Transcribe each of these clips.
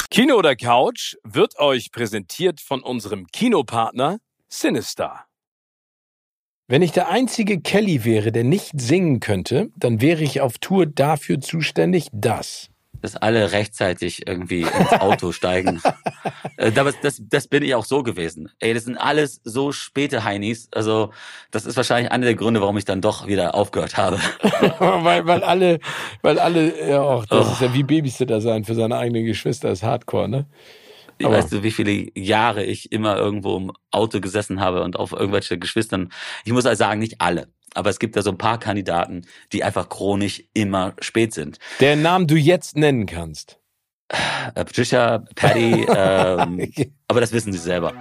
Kino oder Couch wird euch präsentiert von unserem Kinopartner Cinestar. Wenn ich der einzige Kelly wäre, der nicht singen könnte, dann wäre ich auf Tour dafür zuständig, dass alle rechtzeitig irgendwie ins Auto steigen. Das bin ich auch so gewesen. Ey, das sind alles so späte Heinis. Also das ist wahrscheinlich einer der Gründe, warum ich dann doch wieder aufgehört habe. weil alle, ja auch, das ist ja wie Babysitter sein für seine eigenen Geschwister, ist Hardcore, ne? Weißt du, wie viele Jahre ich immer irgendwo im Auto gesessen habe und auf irgendwelche Geschwistern. Ich muss also sagen, nicht alle. Aber es gibt da so ein paar Kandidaten, die einfach chronisch immer spät sind. Deren Namen du jetzt nennen kannst. Patricia, Patty, aber das wissen sie selber.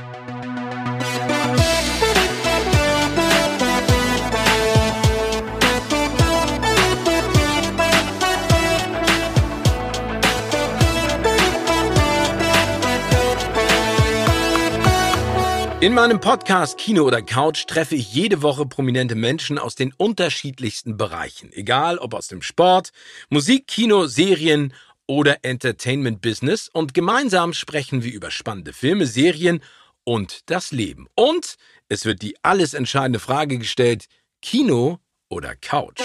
In meinem Podcast Kino oder Couch treffe ich jede Woche prominente Menschen aus den unterschiedlichsten Bereichen. Egal ob aus dem Sport, Musik, Kino, Serien oder Entertainment-Business. Und gemeinsam sprechen wir über spannende Filme, Serien und das Leben. Und es wird die alles entscheidende Frage gestellt, Kino oder Couch?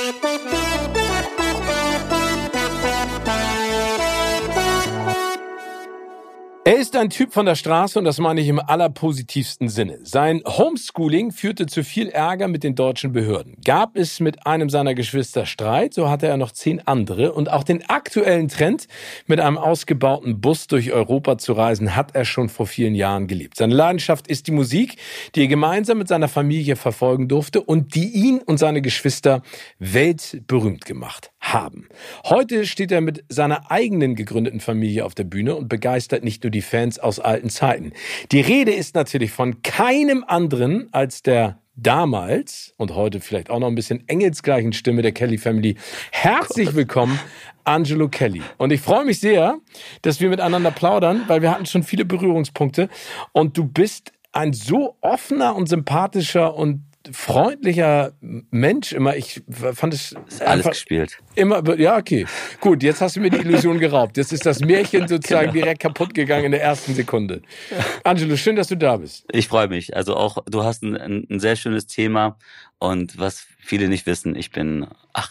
Er ist ein Typ von der Straße und das meine ich im allerpositivsten Sinne. Sein Homeschooling führte zu viel Ärger mit den deutschen Behörden. Gab es mit einem seiner Geschwister Streit, so hatte er noch 10 andere. Und auch den aktuellen Trend, mit einem ausgebauten Bus durch Europa zu reisen, hat er schon vor vielen Jahren gelebt. Seine Leidenschaft ist die Musik, die er gemeinsam mit seiner Familie verfolgen durfte und die ihn und seine Geschwister weltberühmt gemacht haben. Heute steht er mit seiner eigenen gegründeten Familie auf der Bühne und begeistert nicht nur die Fans aus alten Zeiten. Die Rede ist natürlich von keinem anderen als der damals und heute vielleicht auch noch ein bisschen engelsgleichen Stimme der Kelly Family. Herzlich willkommen, Angelo Kelly. Und ich freue mich sehr, dass wir miteinander plaudern, weil wir hatten schon viele Berührungspunkte und du bist ein so offener und sympathischer und freundlicher Mensch immer. Ich fand es ist alles gespielt. Immer, ja, okay. Gut, jetzt hast du mir die Illusion geraubt. Jetzt ist das Märchen sozusagen direkt kaputt gegangen in der ersten Sekunde. Angelo, schön, dass du da bist. Ich freue mich. Also auch, du hast ein sehr schönes Thema und was viele nicht wissen, ich bin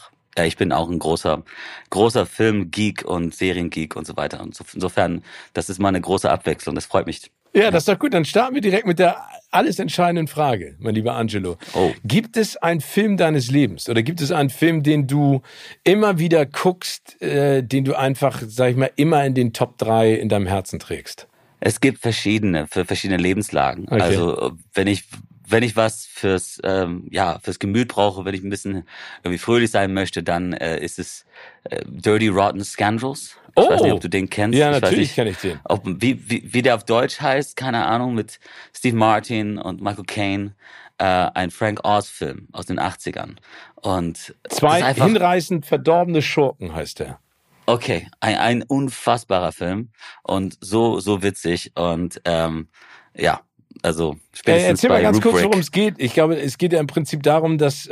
auch ein großer Filmgeek und Seriengeek und so weiter. Und insofern, das ist mal eine große Abwechslung. Das freut mich. Ja, das ist doch gut. Dann starten wir direkt mit der alles entscheidenden Frage, mein lieber Angelo. Gibt es einen Film deines Lebens oder gibt es einen Film, den du immer wieder guckst, den du einfach, sag ich mal, immer in den Top 3 in deinem Herzen trägst? Es gibt verschiedene Lebenslagen. Okay. Also wenn ich was fürs Gemüt brauche, wenn ich ein bisschen irgendwie fröhlich sein möchte, dann ist es Dirty Rotten Scoundrels. Ich weiß nicht, ob du den kennst. Ja, natürlich kenne ich den. Wie der auf Deutsch heißt, keine Ahnung, mit Steve Martin und Michael Caine. Ein Frank Oz-Film aus den 80ern. Und 2 hinreißend verdorbene Schurken heißt der. Okay, ein unfassbarer Film und so witzig und also spätestens erzähl bei mal ganz Rubric. Kurz, worum es geht. Ich glaube, es geht ja im Prinzip darum, dass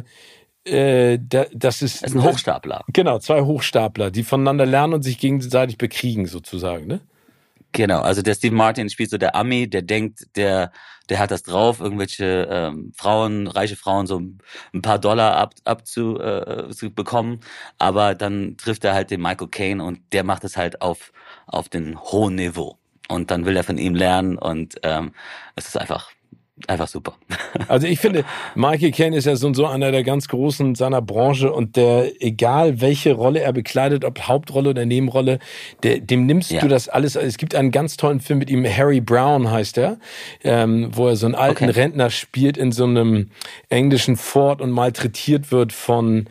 das ist ein Hochstapler. Genau, 2 Hochstapler, die voneinander lernen und sich gegenseitig bekriegen sozusagen, ne? Genau, also der Steve Martin spielt so der Ami, der denkt, der hat das drauf, irgendwelche reiche Frauen so ein paar Dollar zu bekommen, aber dann trifft er halt den Michael Caine und der macht es halt auf den hohen Niveau. Und dann will er von ihm lernen und es ist einfach super. Also ich finde, Michael Caine ist ja so einer der ganz Großen seiner Branche und der, egal welche Rolle er bekleidet, ob Hauptrolle oder Nebenrolle, dem nimmst du das alles. Es gibt einen ganz tollen Film mit ihm, Harry Brown heißt er, wo er so einen alten Rentner spielt in so einem englischen Fort und malträtiert wird von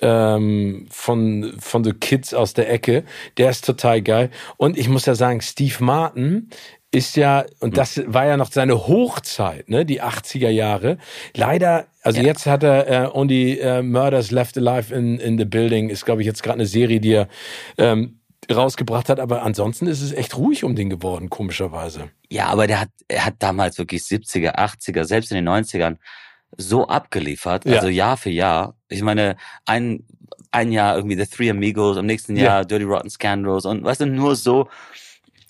so Kids aus der Ecke. Der ist total geil. Und ich muss ja sagen, Steve Martin ist ja, und das war ja noch seine Hochzeit, ne, die 80er Jahre. Leider, also jetzt hat er Only Murders Left Alive in the Building, ist, glaube ich, jetzt gerade eine Serie, die er rausgebracht hat, aber ansonsten ist es echt ruhig um den geworden, komischerweise. Ja, aber er hat damals wirklich 70er, 80er, selbst in den 90ern so abgeliefert, also Jahr für Jahr. Ich meine, ein Jahr irgendwie The Three Amigos, am nächsten Jahr Dirty Rotten Scoundrels und weißt du, nur so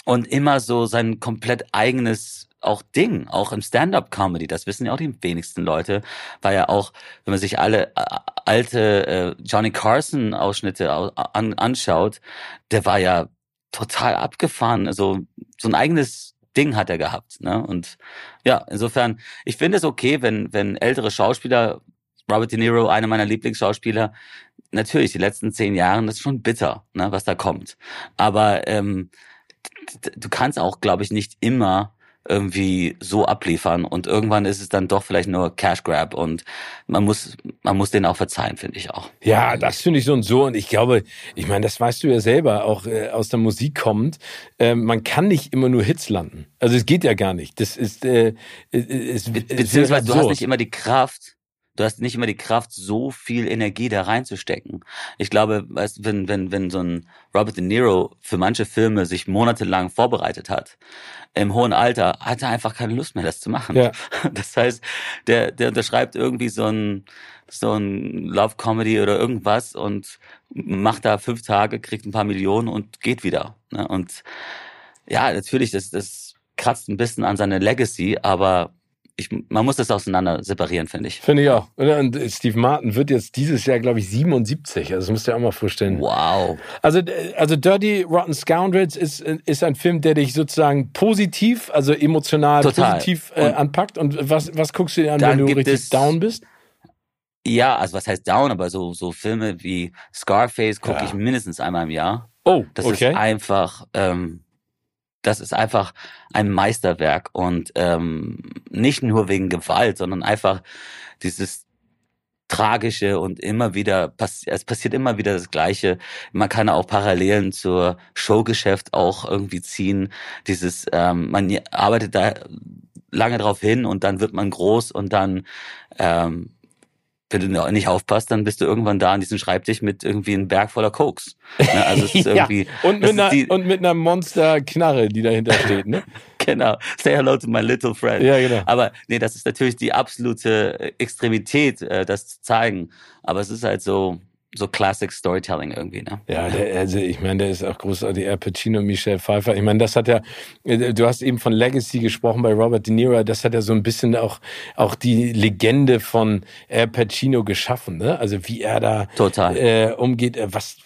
und immer so sein komplett eigenes auch Ding, auch im Stand-up-Comedy, das wissen ja auch die wenigsten Leute, weil ja auch, wenn man sich alle alte Johnny Carson-Ausschnitte anschaut, der war ja total abgefahren, also so ein eigenes Ding hat er gehabt, ne? Und ja, insofern, ich finde es okay, wenn ältere Schauspieler, Robert De Niro, einer meiner Lieblingsschauspieler, natürlich, die letzten 10 Jahre, das ist schon bitter, ne, was da kommt. Aber du kannst auch, glaube ich, nicht immer irgendwie so abliefern und irgendwann ist es dann doch vielleicht nur Cash Grab und man muss denen auch verzeihen, finde ich auch. Ja, das finde ich so und so und ich glaube, ich meine, das weißt du ja selber, auch aus der Musik kommt, man kann nicht immer nur Hits landen. Also es geht ja gar nicht. Das ist beziehungsweise du hast nicht immer die Kraft. Du hast nicht immer die Kraft, so viel Energie da reinzustecken. Ich glaube, weißt, wenn so ein Robert De Niro für manche Filme sich monatelang vorbereitet hat, im hohen Alter, hat er einfach keine Lust mehr, das zu machen. Ja. Das heißt, der unterschreibt irgendwie so ein Love-Comedy oder irgendwas und macht da 5 Tage, kriegt ein paar Millionen und geht wieder. Ne? Und ja, natürlich, das kratzt ein bisschen an seine Legacy, aber man muss das auseinander separieren, finde ich. Finde ich auch. Und Steve Martin wird jetzt dieses Jahr, glaube ich, 77. Also das musst du dir auch mal vorstellen. Wow. Also Dirty Rotten Scoundrels ist ein Film, der dich sozusagen positiv, also emotional positiv anpackt. Und was guckst du dir an, wenn du richtig down bist? Ja, also was heißt down, aber so Filme wie Scarface gucke ich mindestens einmal im Jahr. Oh, das ist einfach ein Meisterwerk und nicht nur wegen Gewalt, sondern einfach dieses Tragische und immer wieder, es passiert immer wieder das Gleiche. Man kann auch Parallelen zur Showgeschäft auch irgendwie ziehen. Man arbeitet da lange drauf hin und dann wird man groß und dann wenn du nicht aufpasst, dann bist du irgendwann da an diesem Schreibtisch mit irgendwie einem Berg voller Koks. Ne? Also es ist irgendwie und mit einer Monsterknarre, die dahinter steht, ne? Genau. Say hello to my little friend. Ja, genau. Aber nee, das ist natürlich die absolute Extremität, das zu zeigen. Aber es ist halt so Classic Storytelling irgendwie, ne? Ja, ich meine, der ist auch großartig. Al Pacino, Michelle Pfeiffer. Ich meine, das hat ja, du hast eben von Legacy gesprochen bei Robert De Niro. Das hat ja so ein bisschen auch die Legende von Al Pacino geschaffen, ne? Also wie er da umgeht,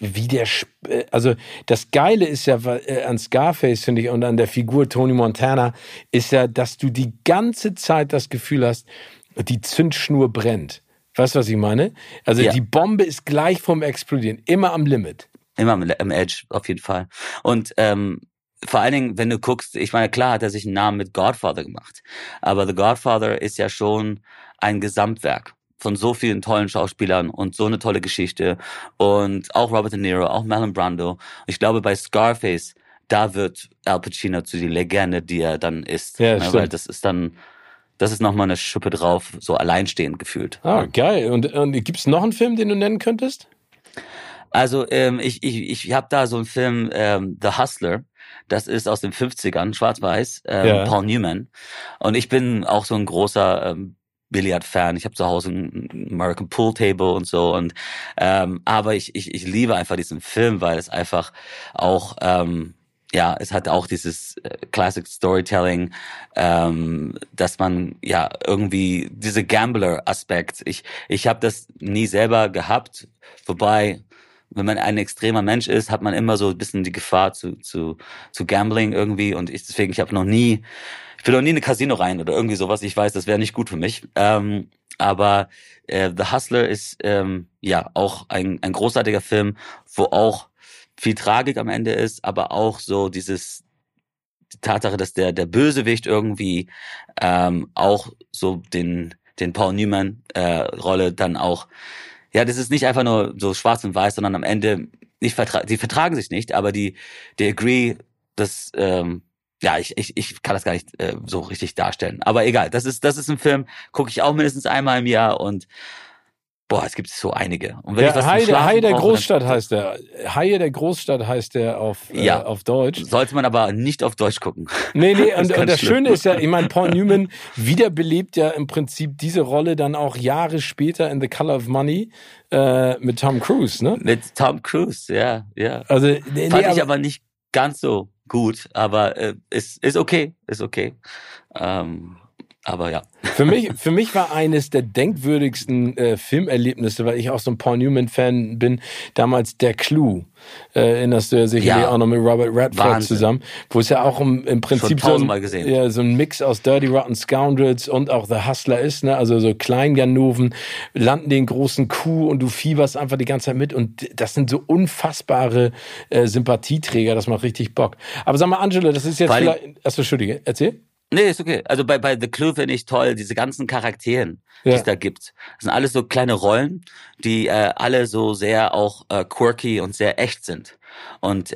also das Geile ist ja an Scarface, finde ich, und an der Figur Tony Montana, ist ja, dass du die ganze Zeit das Gefühl hast, die Zündschnur brennt. Weißt du, was ich meine? Also die Bombe ist gleich vorm Explodieren, immer am Limit. Immer am Edge, auf jeden Fall. Und vor allen Dingen, wenn du guckst, ich meine, klar hat er sich einen Namen mit Godfather gemacht, aber The Godfather ist ja schon ein Gesamtwerk von so vielen tollen Schauspielern und so eine tolle Geschichte und auch Robert De Niro, auch Marlon Brando. Ich glaube, bei Scarface, da wird Al Pacino zu die Legende, die er dann ist. Ja, ne? Weil das ist nochmal eine Schippe drauf, so alleinstehend gefühlt. Ah, geil. Und gibt's noch einen Film, den du nennen könntest? Also ich habe da so einen Film, The Hustler, das ist aus den 50ern, schwarz-weiß, Paul Newman. Und ich bin auch so ein großer Billard-Fan. Ich habe zu Hause ein American Pool Table und so. Und aber ich liebe einfach diesen Film, weil es einfach auch es hat auch dieses Classic Storytelling, dass man ja irgendwie diese Gambler-Aspekt. Ich habe das nie selber gehabt, wobei wenn man ein extremer Mensch ist, hat man immer so ein bisschen die Gefahr zu Gambling irgendwie und ich will noch nie in eine Casino rein oder irgendwie sowas. Ich weiß, das wäre nicht gut für mich. Aber The Hustler ist auch ein großartiger Film, wo auch viel Tragik am Ende ist, aber auch so die Tatsache, dass der Bösewicht irgendwie auch so den Paul Newman Rolle dann auch, ja, das ist nicht einfach nur so schwarz und weiß, sondern am Ende die vertragen sich nicht, aber die agree, dass ich kann das gar nicht so richtig darstellen. Aber egal, das ist ein Film, gucke ich auch mindestens einmal im Jahr und es gibt so einige. Und wenn Haie der Großstadt heißt der. Haie der Großstadt heißt der auf Deutsch. Sollte man aber nicht auf Deutsch gucken. Nee, und das Schöne ist ja, ich meine, Paul Newman wiederbelebt ja im Prinzip diese Rolle dann auch Jahre später in The Color of Money mit Tom Cruise, ne? Mit Tom Cruise, ja. Also, fand ich aber nicht ganz so gut, aber ist okay, aber ja. Für mich war eines der denkwürdigsten Filmerlebnisse, weil ich auch so ein Paul Newman-Fan bin, damals Der Clou. Erinnerst du ja sicherlich auch noch mit Robert Redford zusammen, wo es ja auch im Prinzip so ein Mix aus Dirty Rotten Scoundrels und auch The Hustler ist, ne? Also so Kleinganoven landen den großen Coup und du fieberst einfach die ganze Zeit mit und das sind so unfassbare Sympathieträger, das macht richtig Bock. Aber sag mal, Angelo, das ist jetzt vielleicht... Achso, Entschuldige, erzähl. Nee, ist okay. Also bei The Clue finde ich toll, diese ganzen Charakteren, die es da gibt. Das sind alles so kleine Rollen, die alle so sehr auch quirky und sehr echt sind. Und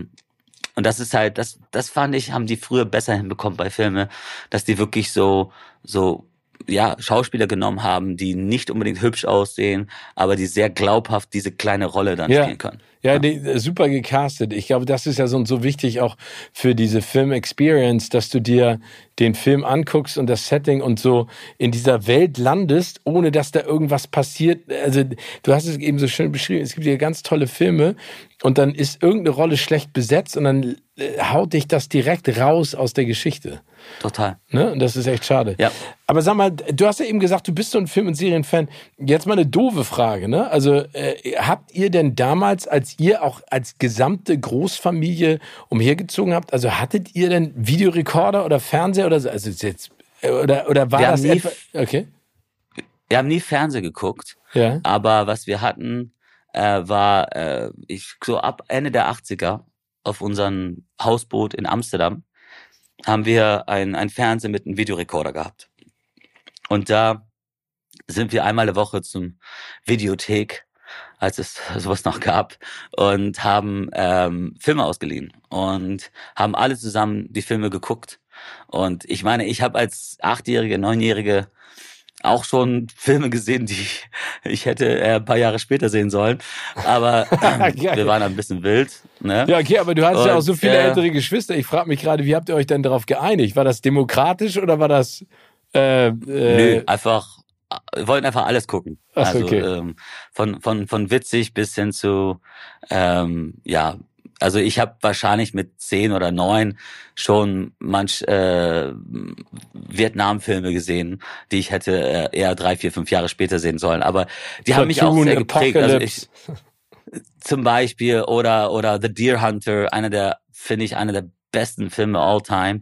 das ist halt, das fand ich, haben die früher besser hinbekommen bei Filmen, dass die wirklich so Schauspieler genommen haben, die nicht unbedingt hübsch aussehen, aber die sehr glaubhaft diese kleine Rolle dann spielen können. Ja, super gecastet. Ich glaube, das ist ja so wichtig auch für diese Film-Experience, dass du dir den Film anguckst und das Setting und so in dieser Welt landest, ohne dass da irgendwas passiert. Also du hast es eben so schön beschrieben, es gibt ja ganz tolle Filme und dann ist irgendeine Rolle schlecht besetzt und dann haut dich das direkt raus aus der Geschichte. Total. Ne? Und das ist echt schade. Ja. Aber sag mal, du hast ja eben gesagt, du bist so ein Film- und Serienfan. Jetzt mal eine doofe Frage, ne? Also habt ihr denn damals, als ihr auch als gesamte Großfamilie umhergezogen habt, also hattet ihr denn Videorekorder oder Fernseher oder so? Also jetzt oder war das etwa? Okay. Wir haben nie Fernsehen geguckt, aber was wir hatten, war so ab Ende der 80er auf unserem Hausboot in Amsterdam haben wir ein Fernseher mit einem Videorekorder gehabt. Und da sind wir einmal eine Woche zum Videothek, als es sowas noch gab, und haben Filme ausgeliehen und haben alle zusammen die Filme geguckt. Und ich meine, ich habe als 8-Jährige, 9-Jährige auch schon Filme gesehen, die ich hätte ein paar Jahre später sehen sollen. Aber wir waren ein bisschen wild. Ne? Ja, okay, aber du hast ja auch so viele ältere Geschwister. Ich frage mich gerade, wie habt ihr euch denn darauf geeinigt? War das demokratisch oder war das... Nö, einfach... Wir wollten einfach alles gucken. Ach, also okay. von witzig bis hin zu also ich habe wahrscheinlich mit 10 oder 9 schon Vietnam-Filme gesehen, die ich hätte eher 3, 4, 5 Jahre später sehen sollen. Aber die haben mich auch sehr geprägt. Also zum Beispiel oder The Deer Hunter, einer der besten Filme all time.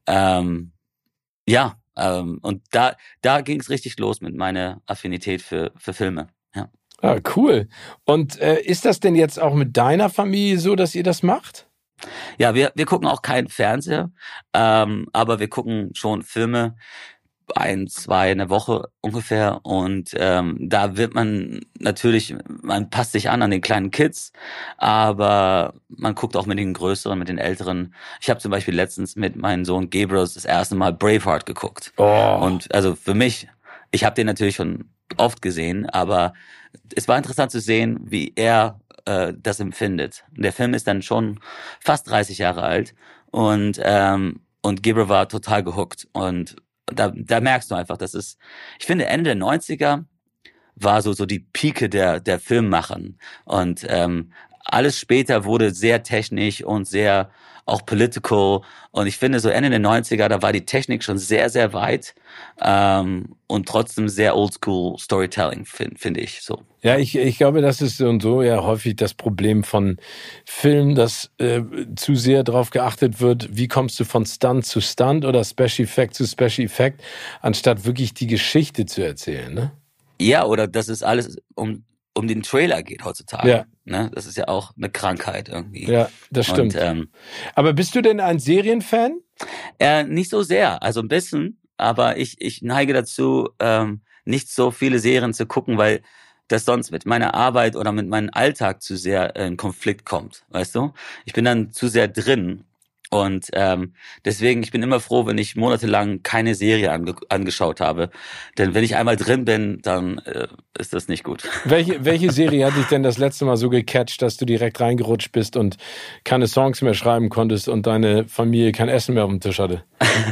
Und da ging es richtig los mit meiner Affinität für Filme. Ja. Ah, cool. Und ist das denn jetzt auch mit deiner Familie so, dass ihr das macht? Ja, wir gucken auch keinen Fernseher, aber wir gucken schon Filme, 1, 2 in der Woche ungefähr. Und da wird man passt sich an den kleinen Kids, aber man guckt auch mit den Größeren, mit den Älteren. Ich habe zum Beispiel letztens mit meinem Sohn Gabriel das erste Mal Braveheart geguckt. Oh. Und also für mich, ich habe den natürlich schon oft gesehen, aber es war interessant zu sehen, wie er das empfindet. Der Film ist dann schon fast 30 Jahre alt und Gabriel war total gehuckt und da merkst du einfach, ich finde Ende der 90er war so die Pike der Filmmachern und alles später wurde sehr technisch und sehr auch political und ich finde so Ende der 90er, da war die Technik schon sehr, sehr weit und trotzdem sehr oldschool Storytelling, finde ich so. Ja, ich glaube, das ist so ja häufig das Problem von Filmen, dass zu sehr darauf geachtet wird, wie kommst du von Stunt zu Stunt oder Special Effect zu Special Effect, anstatt wirklich die Geschichte zu erzählen, ne? Ja, oder dass es alles um den Trailer geht heutzutage. Ja. Ne? Das ist ja auch eine Krankheit irgendwie. Ja, das stimmt. Und, aber bist du denn ein Serienfan? Nicht so sehr, also ein bisschen, aber ich neige dazu, nicht so viele Serien zu gucken, weil das sonst mit meiner Arbeit oder mit meinem Alltag zu sehr in Konflikt kommt, weißt du? Ich bin dann zu sehr drin und deswegen, ich bin immer froh, wenn ich monatelang keine Serie angeschaut habe, denn wenn ich einmal drin bin, dann ist das nicht gut. Welche Serie hat dich denn das letzte Mal so gecatcht, dass du direkt reingerutscht bist und keine Songs mehr schreiben konntest und deine Familie kein Essen mehr auf dem Tisch hatte?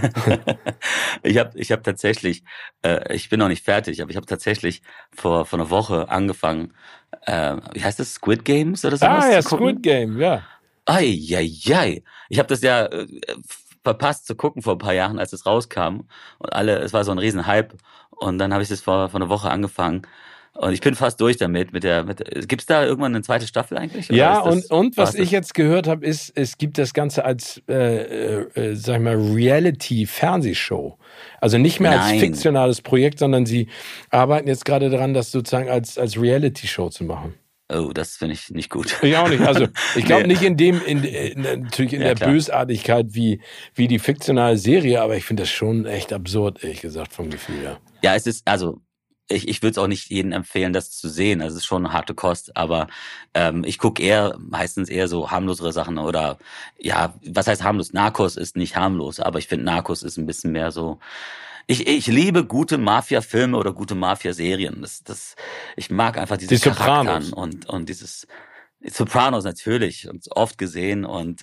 Ich hab tatsächlich, ich bin noch nicht fertig, aber ich habe tatsächlich vor einer Woche angefangen, wie heißt das, Squid Games oder sowas? Ah ja, Squid Game, ja. Ei. Ich habe das ja verpasst zu gucken vor ein paar Jahren, als es rauskam. Und es war so ein Riesenhype. Und dann habe ich das vor einer Woche angefangen. Und ich bin fast durch damit. Gibt's da irgendwann eine zweite Staffel eigentlich? Oder Ja, ist und was ich jetzt gehört habe, ist, es gibt das Ganze als, sag ich mal, Reality-Fernsehshow. Also nicht mehr als Nein. fiktionales Projekt, sondern sie arbeiten jetzt gerade daran, das sozusagen als Reality-Show zu machen. Oh, das finde ich nicht gut. Ich auch nicht. Also ich glaube Nee. nicht natürlich in Ja, der klar. Bösartigkeit wie die fiktionale Serie, aber ich finde das schon echt absurd, ehrlich gesagt, vom Gefühl her. Ja, es ist, also ich würde es auch nicht jedem empfehlen, das zu sehen. Also es ist schon eine harte Kost, aber ich gucke meistens eher so harmlosere Sachen oder ja, was heißt harmlos? Narcos ist nicht harmlos, aber ich finde Narcos ist ein bisschen mehr so. Ich liebe gute Mafia-Filme oder gute Mafia-Serien. Ich mag einfach diese Die Sopranos. Charakteren und dieses Sopranos natürlich und oft gesehen und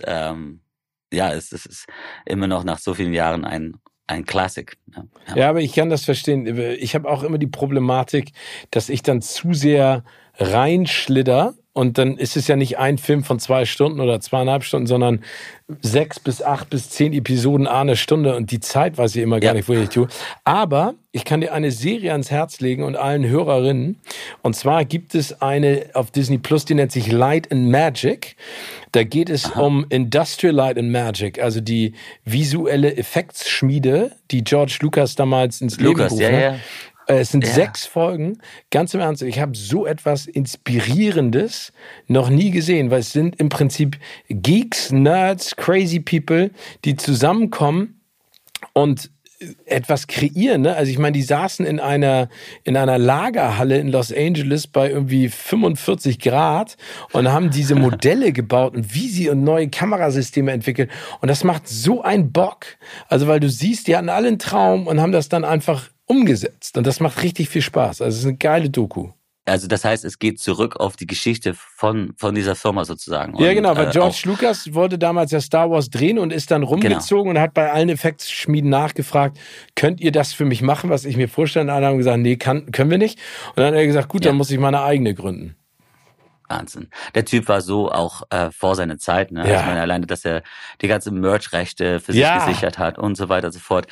ja, es ist immer noch nach so vielen Jahren ein Classic. Ja, aber ich kann das verstehen. Ich habe auch immer die Problematik, dass ich dann zu sehr reinschlitter und dann ist es ja nicht ein Film von 2 Stunden oder 2,5 Stunden, sondern 6 bis 8 bis 10 Episoden eine Stunde und die Zeit weiß ich immer gar nicht, wo ich tue. Aber ich kann dir eine Serie ans Herz legen und allen Hörerinnen. Und zwar gibt es eine auf Disney Plus, die nennt sich Light and Magic. Da geht es um Industrial Light and Magic, also die visuelle Effektsschmiede, die George Lucas damals ins Leben gerufen hat. Ja. Es sind 6 Folgen. Ganz im Ernst, ich habe so etwas Inspirierendes noch nie gesehen, weil es sind im Prinzip Geeks, Nerds, Crazy People, die zusammenkommen und etwas kreieren, ne? Also ich meine, die saßen in einer Lagerhalle in Los Angeles bei irgendwie 45 Grad und haben diese Modelle gebaut und wie sie und neue Kamerasysteme entwickelt. Und das macht so einen Bock. Also weil du siehst, die hatten alle einen Traum und haben das dann einfach umgesetzt. Und das macht richtig viel Spaß. Also es ist eine geile Doku. Also das heißt, es geht zurück auf die Geschichte von dieser Firma sozusagen. Ja, genau, weil George Lucas wollte damals ja Star Wars drehen und ist dann rumgezogen und hat bei allen Effektschmieden nachgefragt, könnt ihr das für mich machen, was ich mir vorstelle? Und alle haben gesagt, nee, können wir nicht. Und dann hat er gesagt, gut, dann muss ich meine eigene gründen. Wahnsinn. Der Typ war so auch vor seiner Zeit, ne? Ja. Ich meine, alleine, dass er die ganze Merch-Rechte für sich gesichert hat und so weiter und so fort.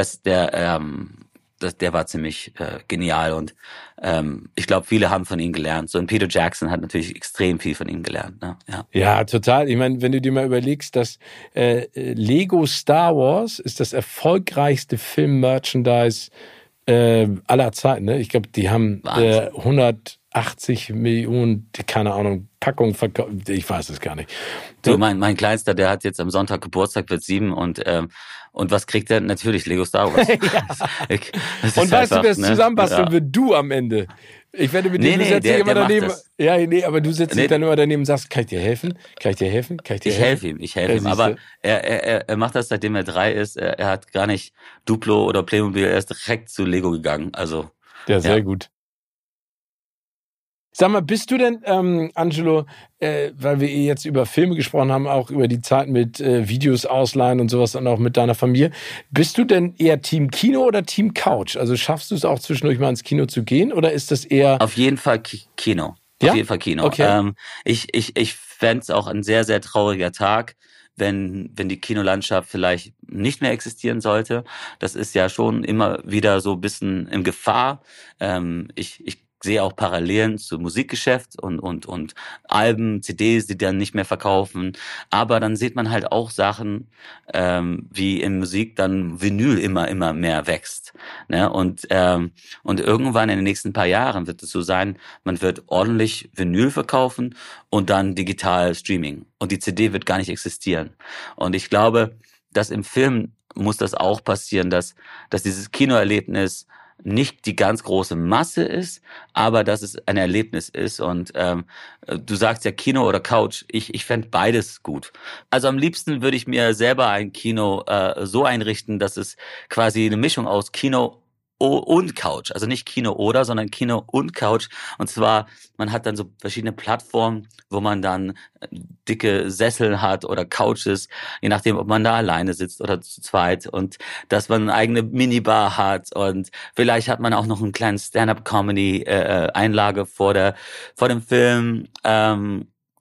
Der war ziemlich genial und ich glaube, viele haben von ihm gelernt. So ein Peter Jackson hat natürlich extrem viel von ihm gelernt. Ne? Ja, total. Ich meine, wenn du dir mal überlegst, dass Lego Star Wars ist das erfolgreichste Film-Merchandise aller Zeiten. Ne? Ich glaube, die haben 180 Millionen, keine Ahnung, Packungen verkauft. Ich weiß es gar nicht. So, mein Kleinster, der hat jetzt am Sonntag Geburtstag, wird 7 und was kriegt er? Natürlich Lego Star Wars. Und weißt du, wer es zusammenbasteln wird? Du am Ende. Ich werde mit dem immer daneben. Ja, nee, aber du sitzt dann immer daneben und sagst, kann ich dir helfen? Ich helfe ihm. Aber er macht das, seitdem er 3 ist. Er hat gar nicht Duplo oder Playmobil, er ist direkt zu Lego gegangen. Also. Ja, sehr gut. Sag mal, bist du denn, Angelo, weil wir jetzt über Filme gesprochen haben, auch über die Zeit mit Videos ausleihen und sowas und auch mit deiner Familie, bist du denn eher Team Kino oder Team Couch? Also schaffst du es auch zwischendurch mal ins Kino zu gehen oder ist das eher... Auf jeden Fall Kino. Ja? Auf jeden Fall Kino. Okay. Ich fände es auch ein sehr, sehr trauriger Tag, wenn die Kinolandschaft vielleicht nicht mehr existieren sollte. Das ist ja schon immer wieder so ein bisschen in Gefahr. Ich sehe auch Parallelen zum Musikgeschäft und Alben, CDs, die dann nicht mehr verkaufen. Aber dann sieht man halt auch Sachen, wie in Musik dann Vinyl immer mehr wächst. Ne? Und irgendwann in den nächsten paar Jahren wird es so sein, man wird ordentlich Vinyl verkaufen und dann digital Streaming. Und die CD wird gar nicht existieren. Und ich glaube, dass im Film muss das auch passieren, dass dieses Kinoerlebnis nicht die ganz große Masse ist, aber dass es ein Erlebnis ist. Und du sagst ja Kino oder Couch. Ich fände beides gut. Also am liebsten würde ich mir selber ein Kino so einrichten, dass es quasi eine Mischung aus Kino und Couch. Also nicht Kino oder, sondern Kino und Couch. Und zwar, man hat dann so verschiedene Plattformen, wo man dann dicke Sessel hat oder Couches, je nachdem, ob man da alleine sitzt oder zu zweit. Und dass man eine eigene Minibar hat. Und vielleicht hat man auch noch einen kleinen Stand-up-Comedy-Einlage vor dem Film.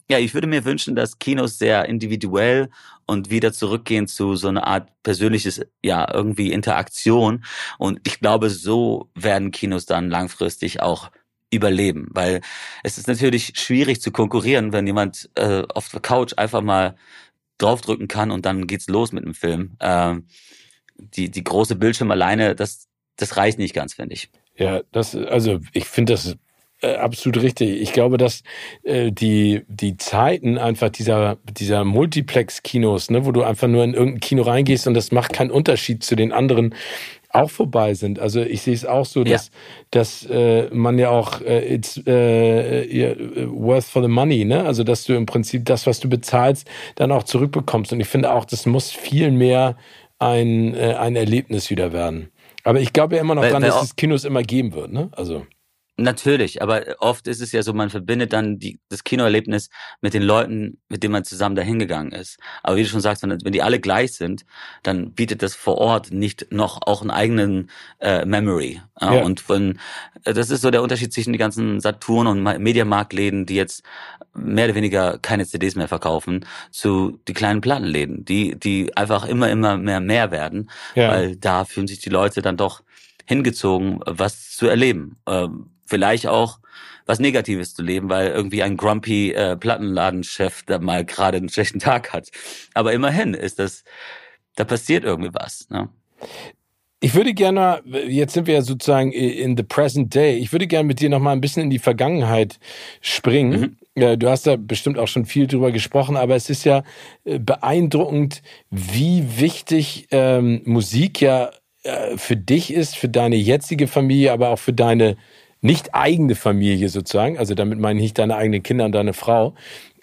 Ja, ich würde mir wünschen, dass Kinos sehr individuell und wieder zurückgehen zu so einer Art persönliches, ja, irgendwie Interaktion. Und ich glaube, so werden Kinos dann langfristig auch überleben, weil es ist natürlich schwierig zu konkurrieren, wenn jemand auf der Couch einfach mal draufdrücken kann und dann geht's los mit dem Film. Die große Bildschirm alleine, das reicht nicht ganz, finde ich. Ja, also ich finde das absolut richtig. Ich glaube, dass die Zeiten einfach dieser Multiplex-Kinos, ne, wo du einfach nur in irgendein Kino reingehst und das macht keinen Unterschied zu den anderen, auch vorbei sind. Also ich sehe es auch so, dass man ja auch it's worth for the money, ne? Also dass du im Prinzip das, was du bezahlst, dann auch zurückbekommst. Und ich finde auch, das muss viel mehr ein Erlebnis wieder werden. Aber ich glaube ja immer noch dran, dass es Kinos immer geben wird, ne? Also natürlich, aber oft ist es ja so, man verbindet dann das Kinoerlebnis mit den Leuten, mit denen man zusammen dahin gegangen ist. Aber wie du schon sagst, wenn die alle gleich sind, dann bietet das vor Ort nicht noch auch einen eigenen Memory. Ja. Und das ist so der Unterschied zwischen die ganzen Saturn- und Mediamarktläden, die jetzt mehr oder weniger keine CDs mehr verkaufen, zu die kleinen Plattenläden, die einfach immer mehr werden, weil da fühlen sich die Leute dann doch hingezogen, was zu erleben. Vielleicht auch was Negatives zu leben, weil irgendwie ein grumpy Plattenladenchef da mal gerade einen schlechten Tag hat. Aber immerhin da passiert irgendwie was. Ne? Ich würde gerne, jetzt sind wir ja sozusagen in the present day, ich würde gerne mit dir noch mal ein bisschen in die Vergangenheit springen. Du hast da bestimmt auch schon viel drüber gesprochen, aber es ist ja beeindruckend, wie wichtig Musik ja für dich ist, für deine jetzige Familie, aber auch für deine nicht eigene Familie sozusagen, also damit meine ich nicht deine eigenen Kinder und deine Frau.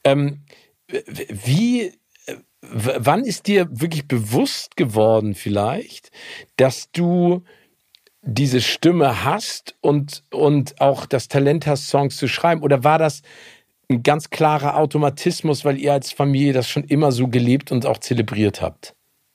Wann ist dir wirklich bewusst geworden vielleicht, dass du diese Stimme hast und auch das Talent hast, Songs zu schreiben? Oder war das ein ganz klarer Automatismus, weil ihr als Familie das schon immer so gelebt und auch zelebriert habt?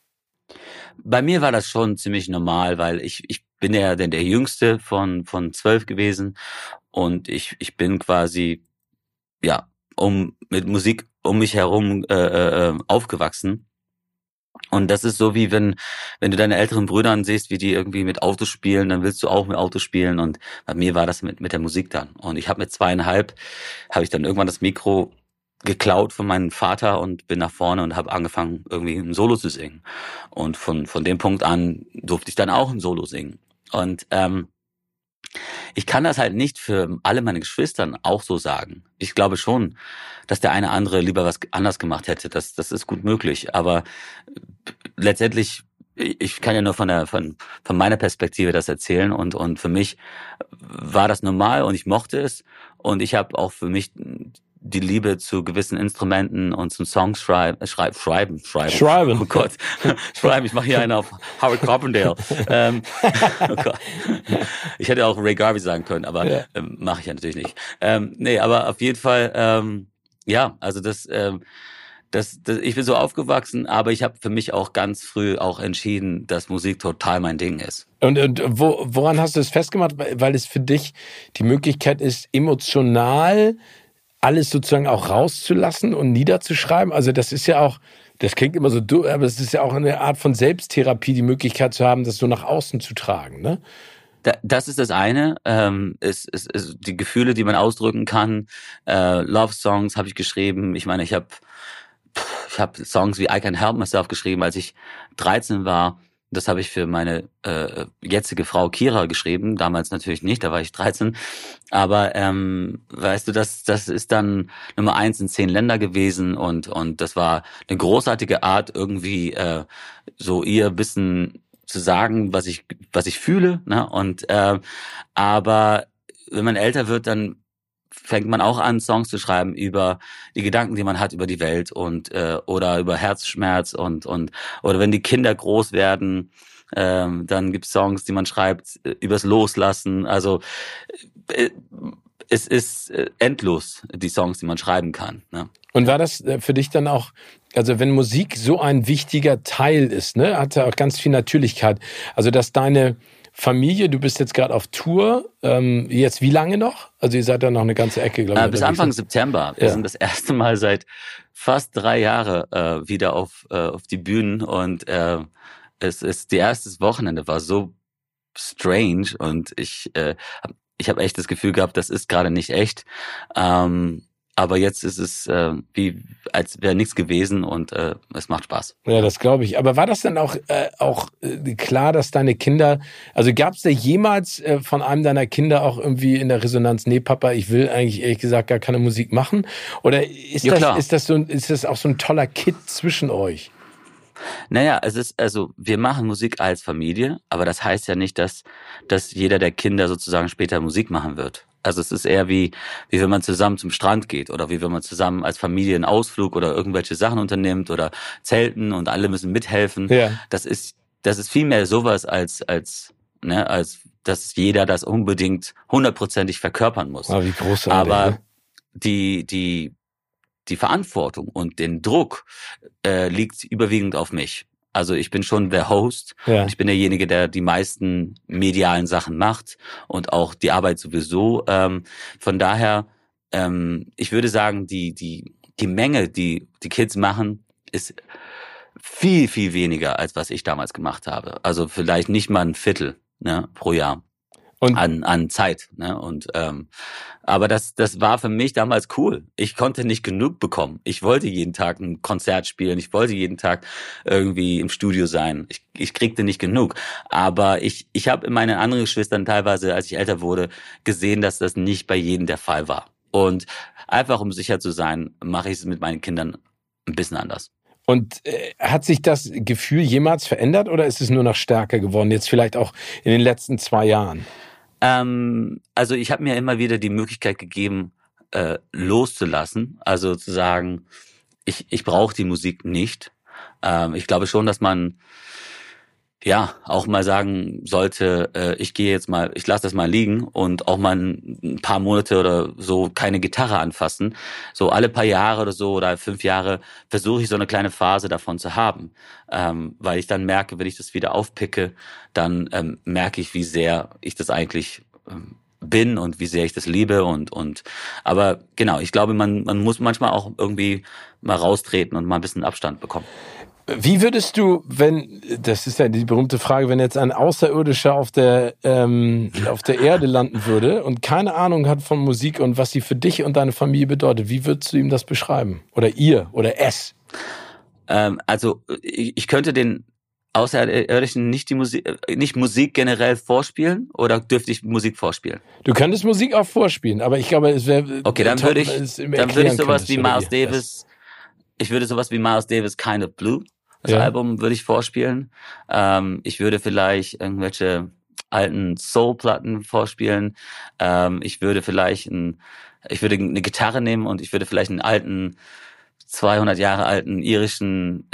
Bei mir war das schon ziemlich normal, weil ich bin ja der Jüngste von 12 gewesen und ich bin quasi, ja, mit Musik um mich herum aufgewachsen. Und das ist so wie wenn du deine älteren Brüder siehst, wie die irgendwie mit Autos spielen, dann willst du auch mit Autos spielen. Und bei mir war das mit der Musik dann. Und ich habe mit 2,5 habe ich dann irgendwann das Mikro geklaut von meinem Vater und bin nach vorne und habe angefangen, irgendwie ein Solo zu singen. Und von dem Punkt an durfte ich dann auch ein Solo singen. Und ich kann das halt nicht für alle meine Geschwistern auch so sagen. Ich glaube schon, dass der eine andere lieber was anders gemacht hätte. Das ist gut möglich. Aber letztendlich, ich kann ja nur von meiner Perspektive das erzählen. Und für mich war das normal und ich mochte es. Und ich habe auch für mich die Liebe zu gewissen Instrumenten und zum Songs schreiben. Oh Gott, schreiben. Ich mache hier einen auf Howard Carpendale. Oh Gott. Ich hätte auch Ray Garvey sagen können, aber mache ich ja natürlich nicht. Nee, aber auf jeden Fall, ja, also ich bin so aufgewachsen, aber ich habe für mich auch ganz früh auch entschieden, dass Musik total mein Ding ist. Und woran hast du es festgemacht? Weil es für dich die Möglichkeit ist, emotional alles sozusagen auch rauszulassen und niederzuschreiben. Also das ist ja auch, das klingt immer so dumm, aber es ist ja auch eine Art von Selbsttherapie, die Möglichkeit zu haben, das so nach außen zu tragen, ne? Das ist das eine, ist die Gefühle, die man ausdrücken kann. Love-Songs habe ich geschrieben. Ich meine, ich habe Songs wie I Can't Help Myself geschrieben, als ich 13 war. Das habe ich für meine jetzige Frau Kira geschrieben. Damals natürlich nicht, da war ich 13. Aber weißt du, das ist dann Nummer 1 in 10 Länder gewesen und das war eine großartige Art, irgendwie so ihr ein bisschen zu sagen, was ich fühle. Ne? Und aber wenn man älter wird, dann fängt man auch an, Songs zu schreiben über die Gedanken, die man hat über die Welt und oder über Herzschmerz und oder wenn die Kinder groß werden, dann gibt's Songs, die man schreibt übers Loslassen. Also es ist endlos, die Songs, die man schreiben kann. Ne? Und war das für dich dann auch, also wenn Musik so ein wichtiger Teil ist, ne, hat ja auch ganz viel Natürlichkeit. Also dass deine Familie, du bist jetzt gerade auf Tour. Jetzt wie lange noch? Also ihr seid da noch eine ganze Ecke, glaube ich. Bis Anfang September. Wir sind das erste Mal seit fast 3 Jahre wieder auf die Bühnen und es ist die erste Wochenende war so strange und ich habe echt das Gefühl gehabt, das ist gerade nicht echt. Aber jetzt ist es wie als wäre nichts gewesen und es macht Spaß. Ja, das glaube ich. Aber war das dann auch klar, dass deine Kinder, also gab es da jemals von einem deiner Kinder auch irgendwie in der Resonanz, nee Papa, ich will eigentlich ehrlich gesagt gar keine Musik machen? Oder ist das auch so ein toller Kit zwischen euch? Naja, wir machen Musik als Familie, aber das heißt ja nicht, dass jeder der Kinder sozusagen später Musik machen wird. Also es ist eher wie wenn man zusammen zum Strand geht oder wie wenn man zusammen als Familie einen Ausflug oder irgendwelche Sachen unternimmt oder zelten und alle müssen mithelfen. Ja. Das ist viel mehr sowas als dass jeder das unbedingt 100%ig verkörpern muss. Oh, wie großartig. Aber ne? Die Verantwortung und den Druck liegt überwiegend auf mich. Also ich bin schon der Host. Ja. Ich bin derjenige, der die meisten medialen Sachen macht und auch die Arbeit sowieso. Von daher, ich würde sagen, die Menge, die Kids machen, ist viel, viel weniger, als was ich damals gemacht habe. Also vielleicht nicht mal ein Viertel pro Jahr. Und An Zeit, ne? Und aber das war für mich damals cool. Ich konnte nicht genug bekommen. Ich wollte jeden Tag ein Konzert spielen. Ich wollte jeden Tag irgendwie im Studio sein. Ich kriegte nicht genug. Aber ich habe in meinen anderen Geschwistern teilweise, als ich älter wurde, gesehen, dass das nicht bei jedem der Fall war. Und einfach um sicher zu sein, mache ich es mit meinen Kindern ein bisschen anders. Und hat sich das Gefühl jemals verändert oder ist es nur noch stärker geworden? Jetzt vielleicht auch in den letzten 2 Jahren? Also ich habe mir immer wieder die Möglichkeit gegeben, loszulassen. Also zu sagen, ich brauche die Musik nicht. Ich glaube schon, dass man auch mal sagen sollte, ich lasse das mal liegen und auch mal ein paar Monate oder so keine Gitarre anfassen. So alle paar Jahre oder so oder 5 Jahre versuche ich so eine kleine Phase davon zu haben, weil ich dann merke, wenn ich das wieder aufpicke, dann merke ich, wie sehr ich das eigentlich bin und wie sehr ich das liebe aber genau, ich glaube, man muss manchmal auch irgendwie mal raustreten und mal ein bisschen Abstand bekommen. Wie würdest du, das ist ja die berühmte Frage, wenn jetzt ein Außerirdischer auf der Erde landen würde und keine Ahnung hat von Musik und was sie für dich und deine Familie bedeutet, wie würdest du ihm das beschreiben? Oder ihr oder es? Also ich könnte den Außerirdischen nicht Musik generell vorspielen oder dürfte ich Musik vorspielen? Du könntest Musik auch vorspielen, aber ich glaube, es wäre okay, dann würde ich sowas wie Miles Davis. Ich würde sowas wie Miles Davis Kind of Blue, das Album würde ich vorspielen. Ich würde vielleicht irgendwelche alten Soul-Platten vorspielen. Ich würde eine Gitarre nehmen und ich würde vielleicht einen alten, 200 Jahre alten irischen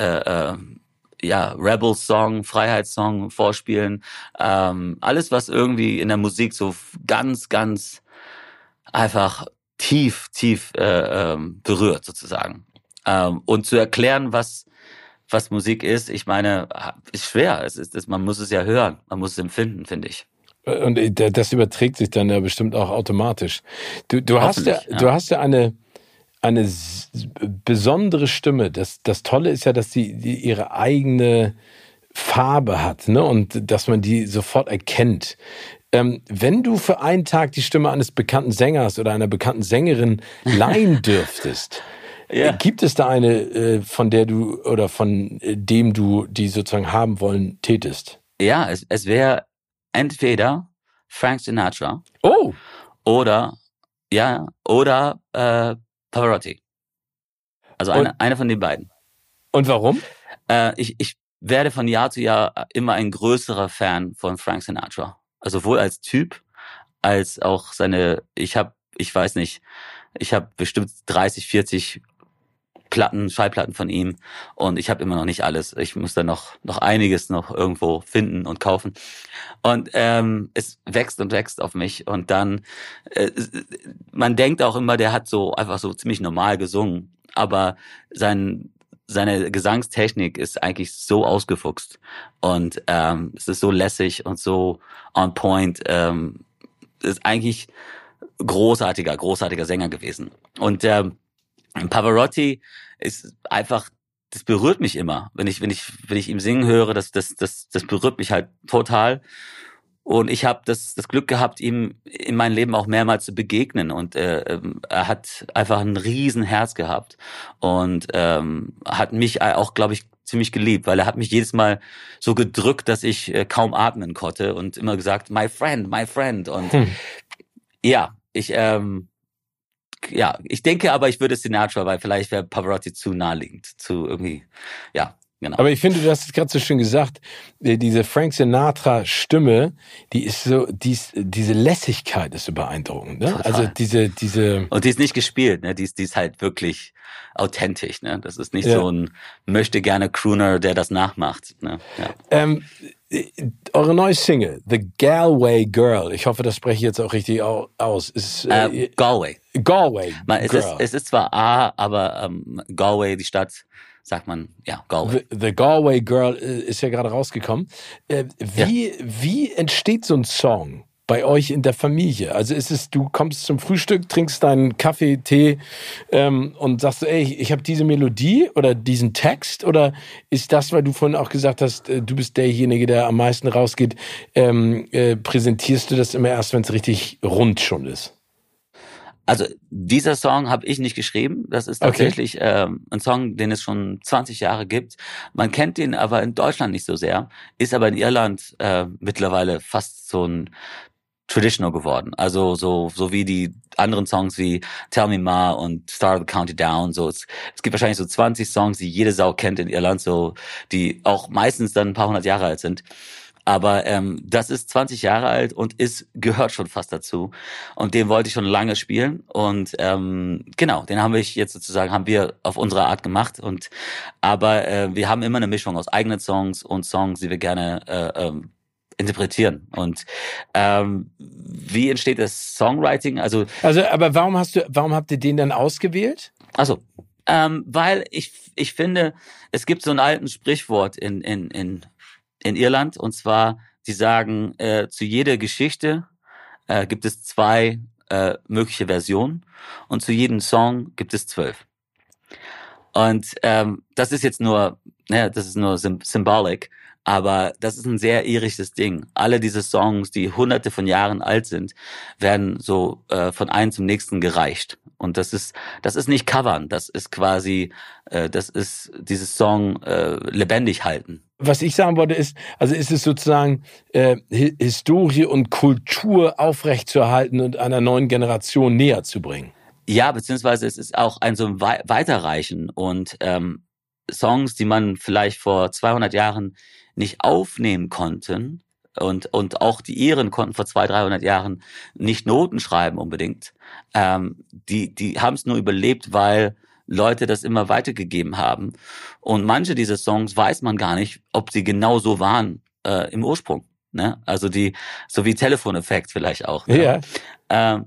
Rebel-Song, Freiheitssong vorspielen. Alles, was irgendwie in der Musik so ganz, ganz einfach tief berührt sozusagen. Und zu erklären, was Musik ist, ich meine, ist schwer. Man muss es ja hören, man muss es empfinden, finde ich. Und das überträgt sich dann ja bestimmt auch automatisch. Du hast ja eine besondere Stimme. Das Tolle ist ja, dass die ihre eigene Farbe hat, ne? Und dass man die sofort erkennt. Wenn du für einen Tag die Stimme eines bekannten Sängers oder einer bekannten Sängerin leihen dürftest, gibt es da eine, von der du oder von dem du die sozusagen haben wollen tätest? Ja, es wäre entweder Frank Sinatra. Oh! Oder Pavarotti. Also eine von den beiden. Und warum? Ich werde von Jahr zu Jahr immer ein größerer Fan von Frank Sinatra. Also sowohl als Typ, als auch ich habe bestimmt 30, 40 Schallplatten von ihm und ich habe immer noch nicht alles. Ich muss da noch einiges noch irgendwo finden und kaufen. Und es wächst und wächst auf mich und dann man denkt auch immer, der hat so einfach so ziemlich normal gesungen, aber sein seine Gesangstechnik ist eigentlich so ausgefuchst und es ist so lässig und so on point. Ist eigentlich großartiger Sänger gewesen. Und Pavarotti ist einfach, das berührt mich immer, wenn ich ihm singen höre, das berührt mich halt total. Und ich habe das Glück gehabt, ihm in meinem Leben auch mehrmals zu begegnen. Und er hat einfach ein riesen Herz gehabt und hat mich auch, glaube ich, ziemlich geliebt, weil er hat mich jedes Mal so gedrückt, dass ich kaum atmen konnte und immer gesagt, my friend. Und ich denke aber, ich würde Sinatra, weil vielleicht wäre Pavarotti zu naheliegend, zu irgendwie, genau. Aber ich finde, du hast es gerade so schön gesagt, diese Frank Sinatra-Stimme, diese Lässigkeit ist so beeindruckend, ne? Total. Also diese. Und die ist nicht gespielt, ne? Die ist halt wirklich authentisch, ne? Das ist nicht so ein möchte gerne Crooner, der das nachmacht, ne? Ja. Eure neue Single, The Galway Girl, ich hoffe, das spreche ich jetzt auch richtig aus, ist Galway. Galway Girl. Es ist zwar A, aber Galway, die Stadt, sagt man, Galway. The Galway Girl ist ja gerade rausgekommen. Wie entsteht so ein Song bei euch in der Familie? Also ist es, du kommst zum Frühstück, trinkst deinen Kaffee, Tee und sagst so, ey, ich habe diese Melodie oder diesen Text, oder ist das, weil du vorhin auch gesagt hast, du bist derjenige, der am meisten rausgeht, präsentierst du das immer erst, wenn es richtig rund schon ist? Also dieser Song habe ich nicht geschrieben. Das ist tatsächlich ein Song, den es schon 20 Jahre gibt. Man kennt ihn aber in Deutschland nicht so sehr, ist aber in Irland mittlerweile fast so ein Traditional geworden. Also so wie die anderen Songs wie Tell Me Ma und Start of the County Down. So es gibt wahrscheinlich so 20 Songs, die jede Sau kennt in Irland, so die auch meistens dann ein paar hundert Jahre alt sind. Aber das ist 20 Jahre alt und gehört schon fast dazu. Und den wollte ich schon lange spielen. Und genau, den haben wir auf unsere Art gemacht. Aber wir haben immer eine Mischung aus eigenen Songs und Songs, die wir gerne interpretieren. Und wie entsteht das Songwriting? Also, aber warum habt ihr den dann ausgewählt? Also, weil ich finde, es gibt so ein alten Sprichwort in Irland, und zwar, die sagen, zu jeder Geschichte gibt es 2 mögliche Versionen und zu jedem Song gibt es 12. Und das ist jetzt nur, das ist nur symbolic, aber das ist ein sehr irisches Ding. Alle diese Songs, die hunderte von Jahren alt sind, werden so von einem zum nächsten gereicht. Und das ist nicht covern, das ist quasi, das ist dieses Song lebendig halten. Was ich sagen wollte ist, also ist es sozusagen Historie und Kultur aufrechtzuerhalten und einer neuen Generation näher zu bringen? Ja, beziehungsweise es ist auch ein so Weiterreichen und Songs, die man vielleicht vor 200 Jahren nicht aufnehmen konnten und auch die Iren konnten vor 200, 300 Jahren nicht Noten schreiben unbedingt. Die haben es nur überlebt, weil Leute das immer weitergegeben haben. Und manche dieser Songs weiß man gar nicht, ob sie genau so waren im Ursprung. Ne? Also so wie Telefoneffekt vielleicht auch. Ne? Ja.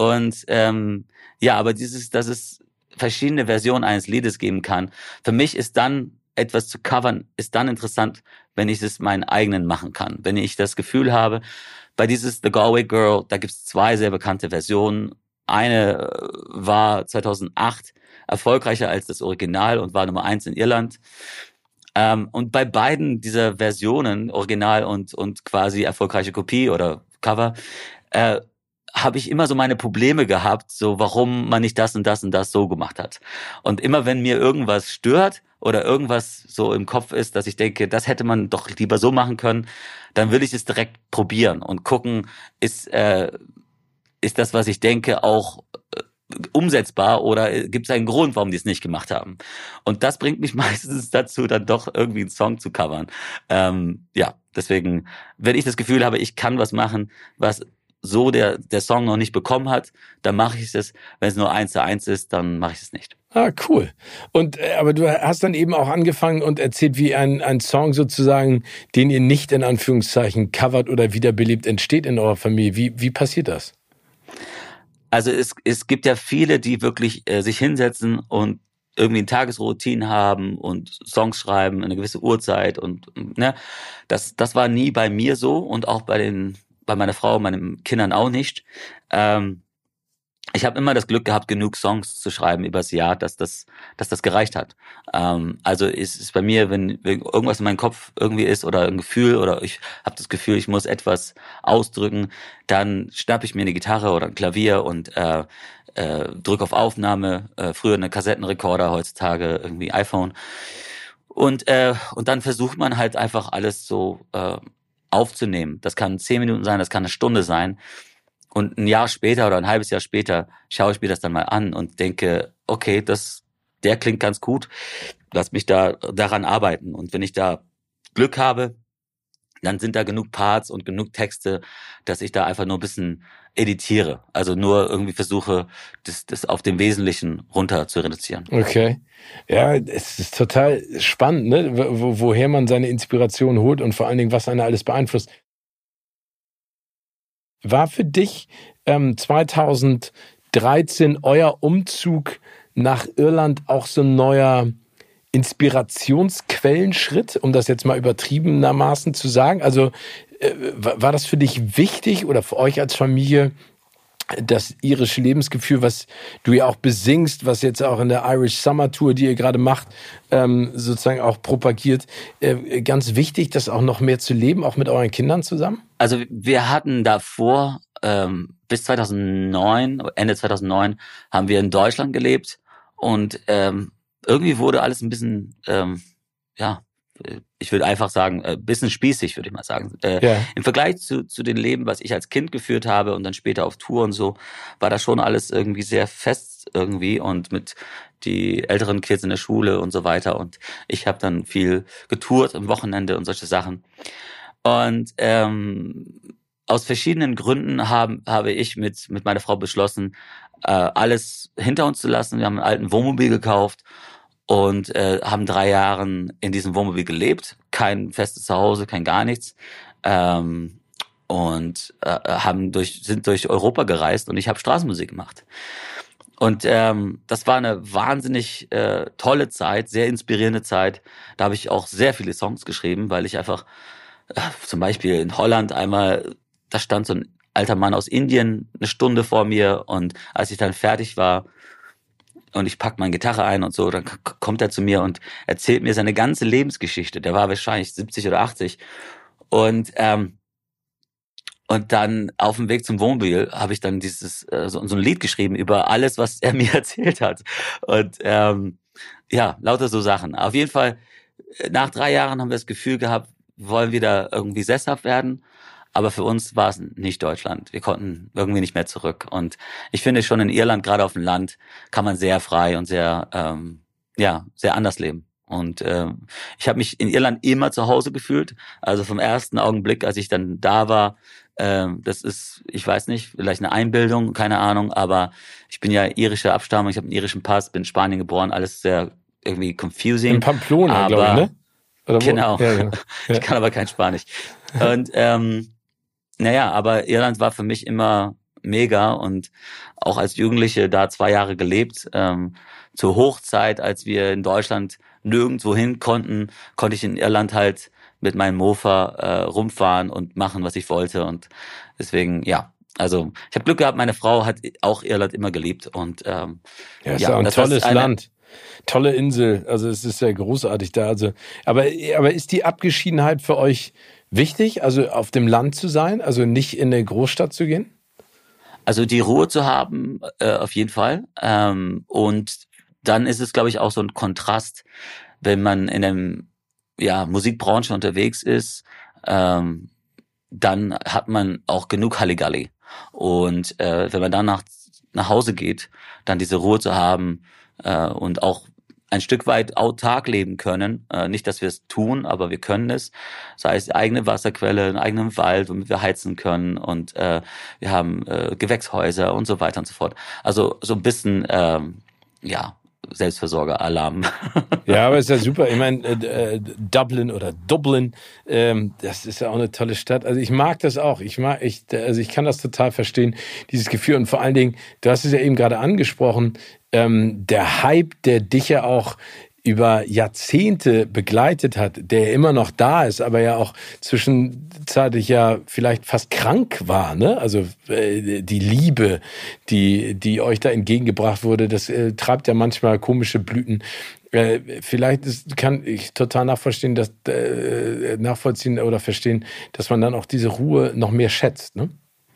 Aber dass es verschiedene Versionen eines Liedes geben kann. Für mich ist dann etwas zu covern, ist dann interessant, wenn ich es meinen eigenen machen kann. Wenn ich das Gefühl habe, bei dieses The Galway Girl, da gibt es 2 sehr bekannte Versionen. Eine war 2008 erfolgreicher als das Original und war Nummer 1 in Irland. Und bei beiden dieser Versionen, Original und quasi erfolgreiche Kopie oder Cover, habe ich immer so meine Probleme gehabt, so warum man nicht das und das und das so gemacht hat. Und immer wenn mir irgendwas stört oder irgendwas so im Kopf ist, dass ich denke, das hätte man doch lieber so machen können, dann will ich es direkt probieren und gucken, ist das, was ich denke, auch umsetzbar oder gibt es einen Grund, warum die es nicht gemacht haben? Und das bringt mich meistens dazu, dann doch irgendwie einen Song zu covern. Deswegen, wenn ich das Gefühl habe, ich kann was machen, was so der Song noch nicht bekommen hat, dann mache ich es. Wenn es nur 1:1 ist, dann mache ich es nicht. Ah, cool. Und aber du hast dann eben auch angefangen und erzählt, wie ein Song sozusagen, den ihr nicht in Anführungszeichen covert oder wiederbelebt, entsteht in eurer Familie. Wie passiert das? Also es gibt ja viele, die wirklich sich hinsetzen und irgendwie eine Tagesroutine haben und Songs schreiben, eine gewisse Uhrzeit und ne, das war nie bei mir so und auch bei meiner Frau, meinen Kindern auch nicht. Ich habe immer das Glück gehabt, genug Songs zu schreiben übers Jahr, dass das gereicht hat. Also ist es bei mir, wenn irgendwas in meinem Kopf irgendwie ist oder ein Gefühl oder ich habe das Gefühl, ich muss etwas ausdrücken, dann schnapp ich mir eine Gitarre oder ein Klavier und drück auf Aufnahme. Früher eine Kassettenrekorder, heutzutage irgendwie iPhone. Und dann versucht man halt einfach alles so aufzunehmen. Das kann 10 Minuten sein, das kann eine Stunde sein. Und ein Jahr später oder ein halbes Jahr später schaue ich mir das dann mal an und denke, okay, der klingt ganz gut. Lass mich daran arbeiten. Und wenn ich da Glück habe, dann sind da genug Parts und genug Texte, dass ich da einfach nur ein bisschen editiere. Also nur irgendwie versuche, das auf dem Wesentlichen runter zu reduzieren. Okay. Ja, es ist total spannend, ne? Woher man seine Inspiration holt und vor allen Dingen, was einen alles beeinflusst. War für dich 2013 euer Umzug nach Irland auch so ein neuer Inspirationsquellenschritt, um das jetzt mal übertriebenermaßen zu sagen? Also war das für dich wichtig oder für euch als Familie, das irische Lebensgefühl, was du ja auch besingst, was jetzt auch in der Irish Summer Tour, die ihr gerade macht, sozusagen auch propagiert, ganz wichtig, das auch noch mehr zu leben, auch mit euren Kindern zusammen? Also wir hatten davor, bis 2009, Ende 2009, haben wir in Deutschland gelebt und irgendwie wurde alles ein bisschen, ich würde einfach sagen, bisschen spießig, würde ich mal sagen. Im Vergleich zu dem Leben, was ich als Kind geführt habe und dann später auf Tour und so, war das schon alles irgendwie sehr fest irgendwie und mit die älteren Kids in der Schule und so weiter. Und ich habe dann viel getourt am Wochenende und solche Sachen. Und aus verschiedenen Gründen habe ich mit meiner Frau beschlossen, alles hinter uns zu lassen. Wir haben einen alten Wohnmobil gekauft und haben 3 Jahre in diesem Wohnmobil gelebt, kein festes Zuhause, kein gar nichts, und sind durch Europa gereist und ich habe Straßenmusik gemacht. Und das war eine wahnsinnig tolle Zeit, sehr inspirierende Zeit. Da habe ich auch sehr viele Songs geschrieben, weil ich einfach zum Beispiel in Holland einmal, da stand so ein alter Mann aus Indien 1 Stunde vor mir und als ich dann fertig war, und ich pack meine Gitarre ein und so, dann kommt er zu mir und erzählt mir seine ganze Lebensgeschichte. Der war wahrscheinlich 70 oder 80. Und dann auf dem Weg zum Wohnmobil habe ich dann so ein Lied geschrieben über alles, was er mir erzählt hat. Und lauter so Sachen. Auf jeden Fall, nach 3 Jahren haben wir das Gefühl gehabt, wir wollen wieder irgendwie sesshaft werden. Aber für uns war es nicht Deutschland. Wir konnten irgendwie nicht mehr zurück. Und ich finde schon in Irland, gerade auf dem Land, kann man sehr frei und sehr anders leben. Und ich habe mich in Irland immer zu Hause gefühlt. Also vom ersten Augenblick, als ich dann da war, das ist, ich weiß nicht, vielleicht eine Einbildung, keine Ahnung, aber ich bin ja irischer Abstammung, ich habe einen irischen Pass, bin in Spanien geboren, alles sehr irgendwie confusing. In Pamplona, glaube ich, ne? Oder genau. Ja, genau. Ja. Ich kann aber kein Spanisch. Und aber Irland war für mich immer mega und auch als Jugendliche da 2 Jahre gelebt. Zur Hochzeit, als wir in Deutschland nirgendwo hin konnte ich in Irland halt mit meinem Mofa rumfahren und machen, was ich wollte. Und deswegen, also ich habe Glück gehabt, meine Frau hat auch Irland immer geliebt. Und ist auch ein tolles Land. Tolle Insel, also es ist ja großartig da. Also, aber ist die Abgeschiedenheit für euch wichtig, also auf dem Land zu sein, also nicht in eine Großstadt zu gehen? Also die Ruhe zu haben, auf jeden Fall. Und dann ist es, glaube ich, auch so ein Kontrast, wenn man in einem Musikbranche unterwegs ist, dann hat man auch genug Halligalli. Und wenn man dann nach Hause geht, dann diese Ruhe zu haben und auch ein Stück weit autark leben können. Nicht, dass wir es tun, aber wir können es. Sei es eigene Wasserquelle, einen eigenen Wald, womit wir heizen können. Und wir haben Gewächshäuser und so weiter und so fort. Also so ein bisschen Selbstversorger-Alarm. Ja, aber ist ja super. Ich meine, Dublin, das ist ja auch eine tolle Stadt. Also ich mag das auch. Also ich kann das total verstehen, dieses Gefühl. Und vor allen Dingen, du hast es ja eben gerade angesprochen, der Hype, der dich ja auch über Jahrzehnte begleitet hat, der immer noch da ist, aber ja auch zwischenzeitlich ja vielleicht fast krank war, ne? Also die Liebe, die euch da entgegengebracht wurde, das treibt ja manchmal komische Blüten. Kann ich total nachvollziehen, oder verstehen, dass man dann auch diese Ruhe noch mehr schätzt, ne?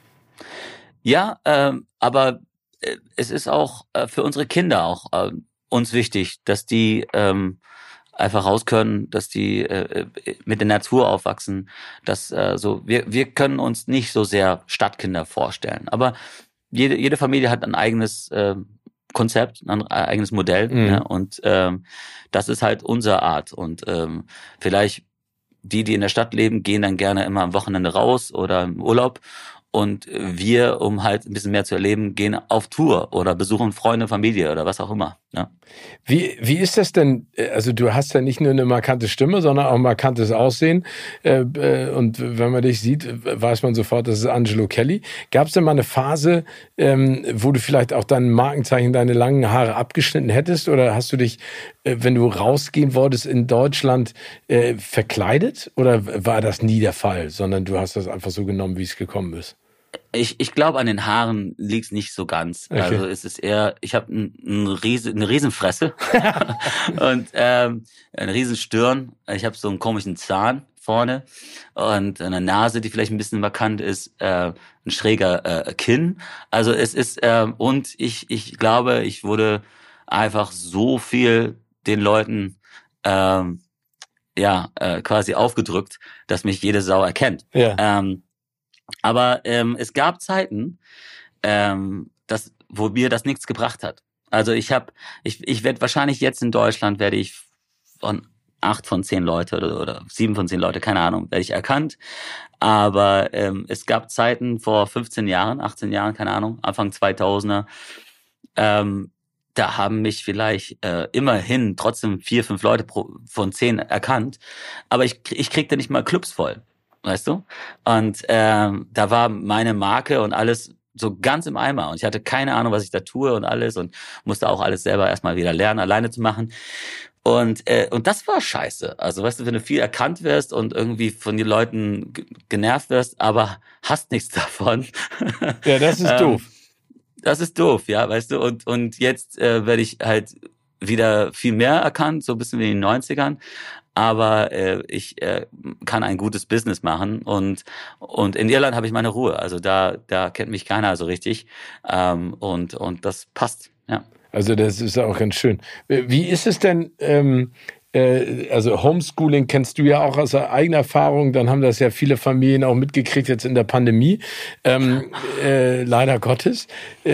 Ja, aber es ist auch für unsere Kinder auch uns wichtig, dass die einfach raus können, dass die mit der Natur aufwachsen, dass wir können uns nicht so sehr Stadtkinder vorstellen, aber jede Familie hat ein eigenes Konzept, ein eigenes Modell, ne? Und das ist halt unsere Art und vielleicht die in der Stadt leben, gehen dann gerne immer am Wochenende raus oder im Urlaub. Und wir, um halt ein bisschen mehr zu erleben, gehen auf Tour oder besuchen Freunde, Familie oder was auch immer. Ne? Wie ist das denn? Also du hast ja nicht nur eine markante Stimme, sondern auch ein markantes Aussehen. Und wenn man dich sieht, weiß man sofort, das ist Angelo Kelly. Gab es denn mal eine Phase, wo du vielleicht auch dein Markenzeichen, deine langen Haare abgeschnitten hättest? Oder hast du dich, wenn du rausgehen wolltest in Deutschland, verkleidet? Oder war das nie der Fall, sondern du hast das einfach so genommen, wie es gekommen ist? Ich glaube, an den Haaren liegt's nicht so ganz. Okay. Also es ist eher, ich habe eine Riesenfresse und eine riesen Stirn. Ich habe so einen komischen Zahn vorne und eine Nase, die vielleicht ein bisschen markant ist, ein schräger Kinn. Also es ist und ich glaube, ich wurde einfach so viel den Leuten quasi aufgedrückt, dass mich jede Sau erkennt. Ja. Aber es gab Zeiten, wo mir das nichts gebracht hat. Also ich werde wahrscheinlich jetzt in Deutschland werde ich von 8 von 10 Leute oder 7 von 10 Leute, keine Ahnung, werde ich erkannt. Aber es gab Zeiten vor 15 Jahren, 18 Jahren, keine Ahnung, Anfang 2000er, da haben mich vielleicht immerhin trotzdem 4, 5 Leute von 10 erkannt. Aber ich kriegte nicht mal Clubs voll. Weißt du? Und da war meine Marke und alles so ganz im Eimer. Und ich hatte keine Ahnung, was ich da tue und alles und musste auch alles selber erstmal wieder lernen, alleine zu machen. Und das war scheiße. Also weißt du, wenn du viel erkannt wirst und irgendwie von den Leuten genervt wirst, aber hast nichts davon. Ja, das ist doof. Das ist doof, ja, weißt du. Und jetzt werde ich halt wieder viel mehr erkannt, so ein bisschen wie in den 90ern. Aber ich kann ein gutes Business machen und in Irland habe ich meine Ruhe. Also da kennt mich keiner so richtig und das passt, ja. Also das ist auch ganz schön. Wie ist es denn, also Homeschooling kennst du ja auch aus eigener Erfahrung, dann haben das ja viele Familien auch mitgekriegt jetzt in der Pandemie, leider Gottes.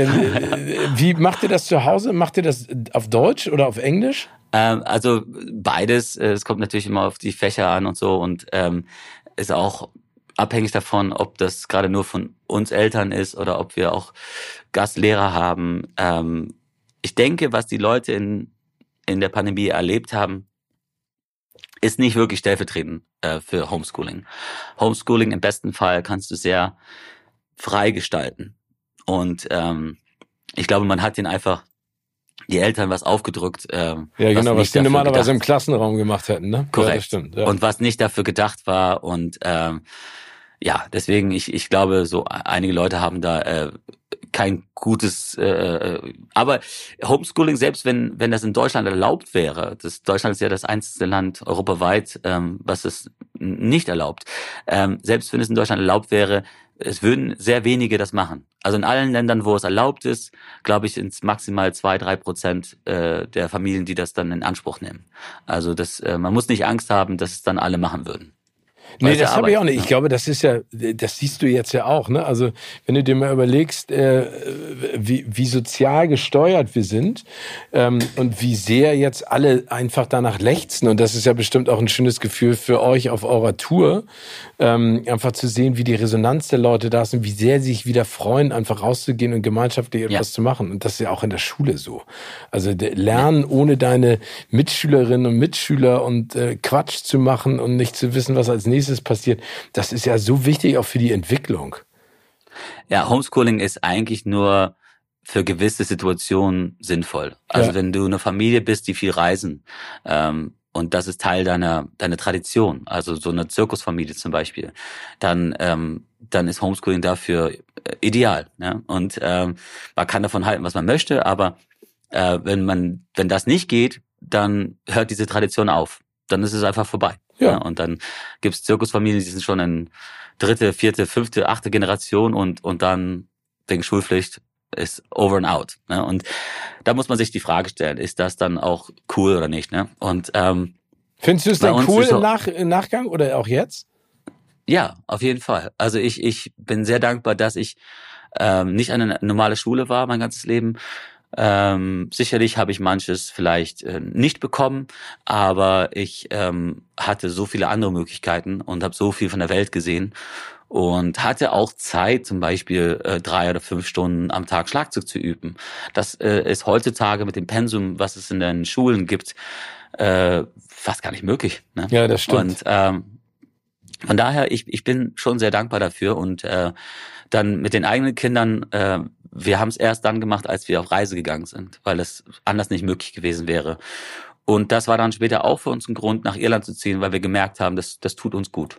Wie macht ihr das zu Hause? Macht ihr das auf Deutsch oder auf Englisch? Also beides. Es kommt natürlich immer auf die Fächer an und so und ist auch abhängig davon, ob das gerade nur von uns Eltern ist oder ob wir auch Gastlehrer haben. Ich denke, was die Leute in der Pandemie erlebt haben, ist nicht wirklich stellvertretend für Homeschooling. Homeschooling im besten Fall kannst du sehr frei gestalten. Und ich glaube, man hat den einfach die Eltern was aufgedrückt. Ja, genau, was die normalerweise im Klassenraum gemacht hätten, ne? Korrekt. Ja, das stimmt, ja. Und was nicht dafür gedacht war. Und deswegen, ich glaube, so einige Leute haben da kein gutes, aber Homeschooling, selbst wenn das in Deutschland erlaubt wäre, Deutschland ist ja das einzige Land europaweit, was es nicht erlaubt, selbst wenn es in Deutschland erlaubt wäre, es würden sehr wenige das machen. Also in allen Ländern, wo es erlaubt ist, glaube ich, sind es maximal 2-3% der Familien, die das dann in Anspruch nehmen. Also man muss nicht Angst haben, dass es dann alle machen würden. Nee, das habe ich auch nicht. Ich glaube, das ist ja, das siehst du jetzt ja auch, ne? Also, wenn du dir mal überlegst, wie sozial gesteuert wir sind, und wie sehr jetzt alle einfach danach lechzen, und das ist ja bestimmt auch ein schönes Gefühl für euch auf eurer Tour, einfach zu sehen, wie die Resonanz der Leute da ist und wie sehr sie sich wieder freuen, einfach rauszugehen und gemeinschaftlich etwas zu machen. Und das ist ja auch in der Schule so. Also Lernen ohne deine Mitschülerinnen und Mitschüler und Quatsch zu machen und nicht zu wissen, was als nächstes passiert, das ist ja so wichtig auch für die Entwicklung. Ja, Homeschooling ist eigentlich nur für gewisse Situationen sinnvoll. Also wenn du eine Familie bist, die viel reisen, und das ist Teil deiner Tradition, also so eine Zirkusfamilie zum Beispiel, dann ist Homeschooling dafür ideal. Ne? Und man kann davon halten, was man möchte, aber wenn das nicht geht, dann hört diese Tradition auf. Dann ist es einfach vorbei. Ja. Und dann gibt's Zirkusfamilien, die sind schon in 3., 4., 5., 8. Generation und dann wegen Schulpflicht ist over and out. Ne? Und da muss man sich die Frage stellen, ist das dann auch cool oder nicht? Ne? Und findest du es dann cool im Nachgang oder auch jetzt? Ja, auf jeden Fall. Also ich bin sehr dankbar, dass ich nicht eine normale Schule war mein ganzes Leben. Sicherlich habe ich manches vielleicht nicht bekommen, aber ich hatte so viele andere Möglichkeiten und habe so viel von der Welt gesehen und hatte auch Zeit, zum Beispiel 3 oder 5 Stunden am Tag Schlagzeug zu üben. Das ist heutzutage mit dem Pensum, was es in den Schulen gibt, fast gar nicht möglich. Ne? Ja, das stimmt. Und von daher, ich bin schon sehr dankbar dafür und dann mit den eigenen Kindern, wir haben es erst dann gemacht, als wir auf Reise gegangen sind, weil es anders nicht möglich gewesen wäre. Und das war dann später auch für uns ein Grund, nach Irland zu ziehen, weil wir gemerkt haben, das tut uns gut.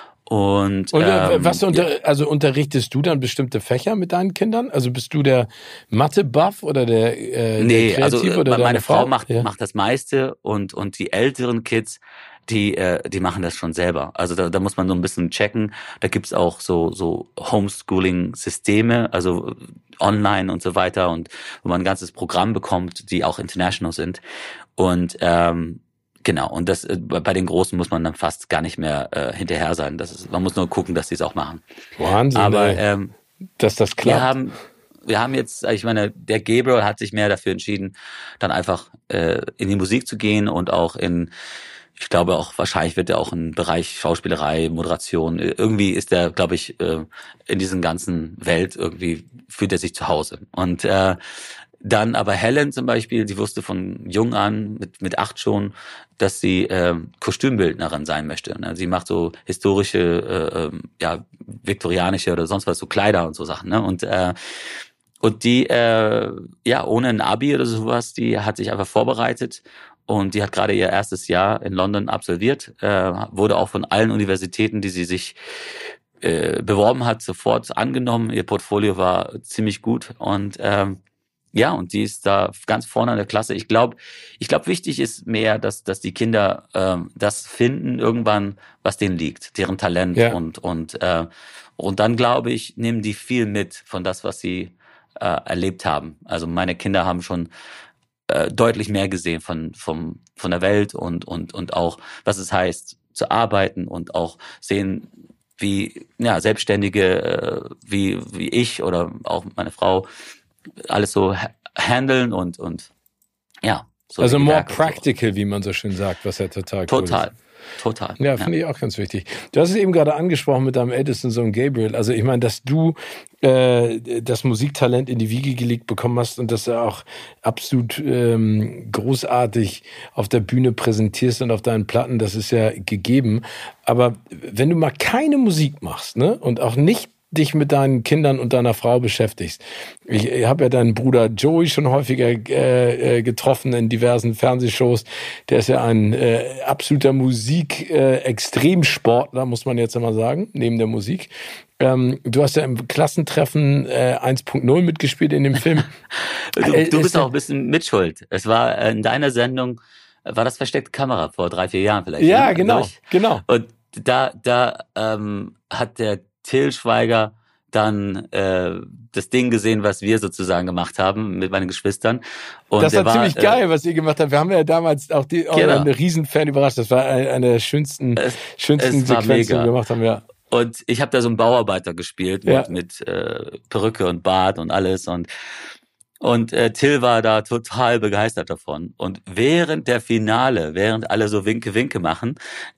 Und was unterrichtest du dann bestimmte Fächer mit deinen Kindern? Also bist du der Mathe-Buff oder der Kreative also oder meine Frau macht das meiste und die älteren Kids, die machen das schon selber. Also da muss man so ein bisschen checken. Da gibt's auch so Homeschooling-Systeme, also online und so weiter, und wo man ein ganzes Programm bekommt, die auch international sind. Und genau, und das bei den Großen muss man dann fast gar nicht mehr hinterher sein. Man muss nur gucken, dass die es auch machen. Wahnsinn, aber dass das klappt. Wir haben jetzt, ich meine, der Gabriel hat sich mehr dafür entschieden, dann einfach in die Musik zu gehen und auch ich glaube auch, wahrscheinlich wird er auch im Bereich Schauspielerei, Moderation, irgendwie ist er, glaube ich, in diesen ganzen Welt, irgendwie fühlt er sich zu Hause. Und dann aber Helen zum Beispiel, die wusste von jung an, mit 8 schon, dass sie Kostümbildnerin sein möchte. Ne? Sie macht so historische, viktorianische oder sonst was, so Kleider und so Sachen. Ne? Und die, ohne ein Abi oder sowas, die hat sich einfach vorbereitet. Und die hat gerade ihr erstes Jahr in London absolviert, wurde auch von allen Universitäten, die sie sich beworben hat, sofort angenommen. Ihr Portfolio war ziemlich gut und und die ist da ganz vorne an der Klasse. Ich glaube, wichtig ist mehr, dass die Kinder das finden irgendwann, was denen liegt, deren Talent und dann glaube ich, nehmen die viel mit von das, was sie erlebt haben. Also meine Kinder haben schon deutlich mehr gesehen von der Welt und auch, was es heißt, zu arbeiten und auch sehen, wie Selbstständige wie ich oder auch meine Frau alles so handeln und ja. So also more practical, wie man so schön sagt, was ja total cool ist. Total. Ja, finde ich auch ganz wichtig. Du hast es eben gerade angesprochen mit deinem ältesten Sohn Gabriel. Also ich meine, dass du das Musiktalent in die Wiege gelegt bekommen hast und dass er auch absolut großartig auf der Bühne präsentierst und auf deinen Platten, das ist ja gegeben. Aber wenn du mal keine Musik machst, ne, und auch nicht dich mit deinen Kindern und deiner Frau beschäftigst. Ich habe ja deinen Bruder Joey schon häufiger getroffen in diversen Fernsehshows. Der ist ja ein absoluter Musik-Extremsportler, muss man jetzt einmal sagen, neben der Musik. Du hast ja im Klassentreffen 1.0 mitgespielt in dem Film. Du bist auch ein bisschen mitschuld. Es war in deiner Sendung, war das versteckte Kamera vor 3, 4 Jahren vielleicht. Ja, ne? genau. Und da hat der Till Schweiger dann das Ding gesehen, was wir sozusagen gemacht haben mit meinen Geschwistern. Und das war ziemlich geil, was ihr gemacht habt. Wir haben ja damals auch einen Riesenfan überrascht. Das war eine der schönsten Sequenzen, die wir gemacht haben. Ja. Und ich habe da so einen Bauarbeiter gespielt mit Perücke und Bart und alles. Und Till war da total begeistert davon. Und während der Finale, während alle so Winke machen,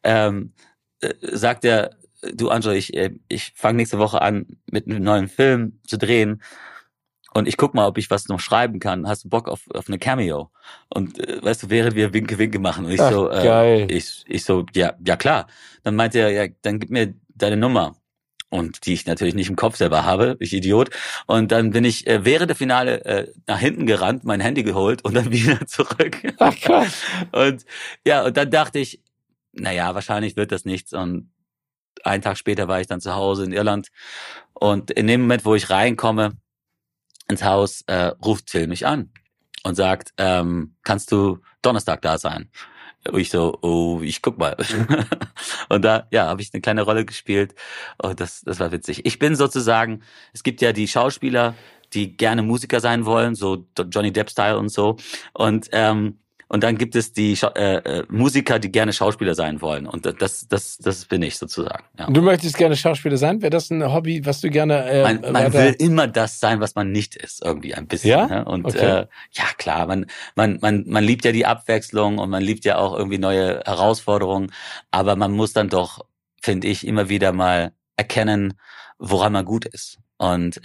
sagt er, du Angelo, ich fange nächste Woche an, mit einem neuen Film zu drehen. Und ich guck mal, ob ich was noch schreiben kann. Hast du Bock auf eine Cameo? Und weißt du, während wir Winke machen. Und ich geil. Ich so, ja klar. Dann meinte er, ja, dann gib mir deine Nummer. Und die ich natürlich nicht im Kopf selber habe, ich Idiot. Und dann bin ich während der Finale nach hinten gerannt, mein Handy geholt und dann wieder zurück. Ach krass. Und dann dachte ich, naja, wahrscheinlich wird das nichts. Und einen Tag später war ich dann zu Hause in Irland. Und in dem Moment, wo ich reinkomme ins Haus, ruft Till mich an und sagt, kannst du Donnerstag da sein? Und ich so, oh, ich guck mal. Und da, habe ich eine kleine Rolle gespielt. Und das war witzig. Ich bin sozusagen, es gibt ja die Schauspieler, die gerne Musiker sein wollen, so Johnny Depp-Style und so. Und dann gibt es die Musiker, die gerne Schauspieler sein wollen. Und das bin ich sozusagen. Ja. Du möchtest gerne Schauspieler sein? Wäre das ein Hobby, was du gerne... Man will immer das sein, was man nicht ist, irgendwie ein bisschen. Ja? Ne? Und okay. ja klar, man liebt ja die Abwechslung und man liebt ja auch irgendwie neue Herausforderungen. Aber man muss dann doch, finde ich, immer wieder mal erkennen, woran man gut ist. Und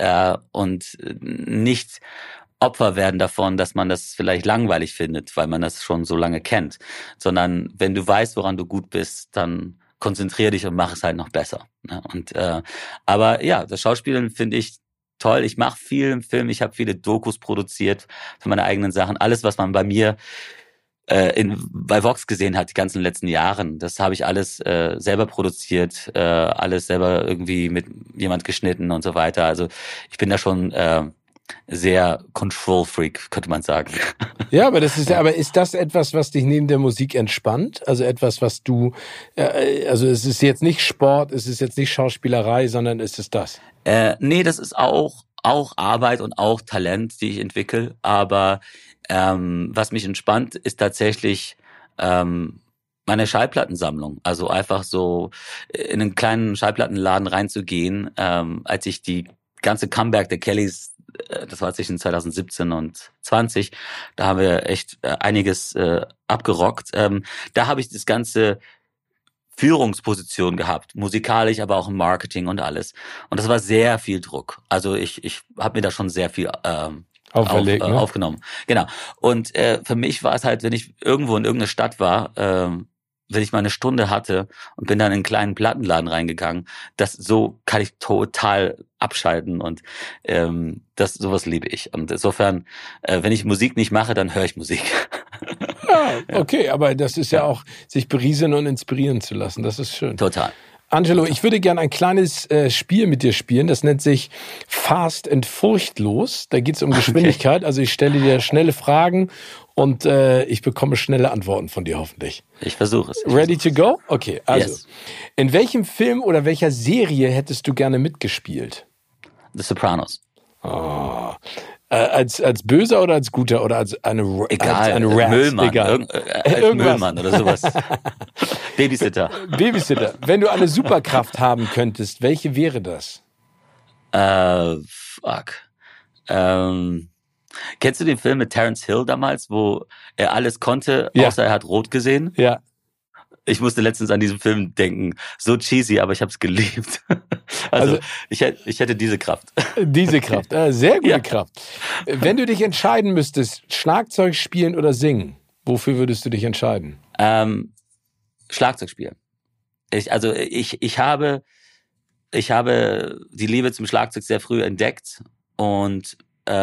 nicht Opfer werden davon, dass man das vielleicht langweilig findet, weil man das schon so lange kennt. Sondern wenn du weißt, woran du gut bist, dann konzentriere dich und mach es halt noch besser. Ne? Und aber ja, das Schauspielen finde ich toll. Ich mache viel im Film. Ich habe viele Dokus produziert für meine eigenen Sachen. Alles, was man bei mir bei Vox gesehen hat, die ganzen letzten Jahren, das habe ich alles selber produziert, alles selber irgendwie mit jemand geschnitten und so weiter. Also ich bin da schon sehr Control-Freak, könnte man sagen. Ja, aber aber ist das etwas, was dich neben der Musik entspannt? Also etwas, was du, also es ist jetzt nicht Sport, es ist jetzt nicht Schauspielerei, sondern ist es das? Nee, das ist auch Arbeit und auch Talent, die ich entwickle. Aber was mich entspannt, ist tatsächlich meine Schallplattensammlung. Also einfach so in einen kleinen Schallplattenladen reinzugehen, als ich die ganze Comeback der Kellys, das war zwischen 2017 und 20, da haben wir echt einiges abgerockt. Da habe ich das ganze Führungsposition gehabt, musikalisch, aber auch im Marketing und alles. Und das war sehr viel Druck. Also ich habe mir da schon sehr viel aufgenommen. Genau. Und für mich war es halt, wenn ich irgendwo in irgendeiner Stadt war, wenn ich mal eine Stunde hatte und bin dann in einen kleinen Plattenladen reingegangen, so kann ich total abschalten und sowas liebe ich. Und insofern, wenn ich Musik nicht mache, dann höre ich Musik. Ja, okay, aber das ist ja auch, sich berieseln und inspirieren zu lassen. Das ist schön. Total. Angelo, ich würde gerne ein kleines Spiel mit dir spielen. Das nennt sich Fast and Furchtlos. Da geht es um Geschwindigkeit. Okay. Also ich stelle dir schnelle Fragen und ich bekomme schnelle Antworten von dir hoffentlich. Ich versuche es. Ready to go? Okay, also. Yes. In welchem Film oder welcher Serie hättest du gerne mitgespielt? The Sopranos. Oh. Als Böser oder als Guter oder als eine Rat? Müllmann. Egal. Als Müllmann oder sowas. Babysitter. Wenn du eine Superkraft haben könntest, welche wäre das? Kennst du den Film mit Terence Hill damals, wo er alles konnte, außer er hat rot gesehen? Ja. Ich musste letztens an diesen Film denken. So cheesy, aber ich habe es geliebt. Also ich hätte diese Kraft. Diese Kraft, sehr gute Kraft. Wenn du dich entscheiden müsstest, Schlagzeug spielen oder singen, wofür würdest du dich entscheiden? Schlagzeug spielen. Ich habe die Liebe zum Schlagzeug sehr früh entdeckt und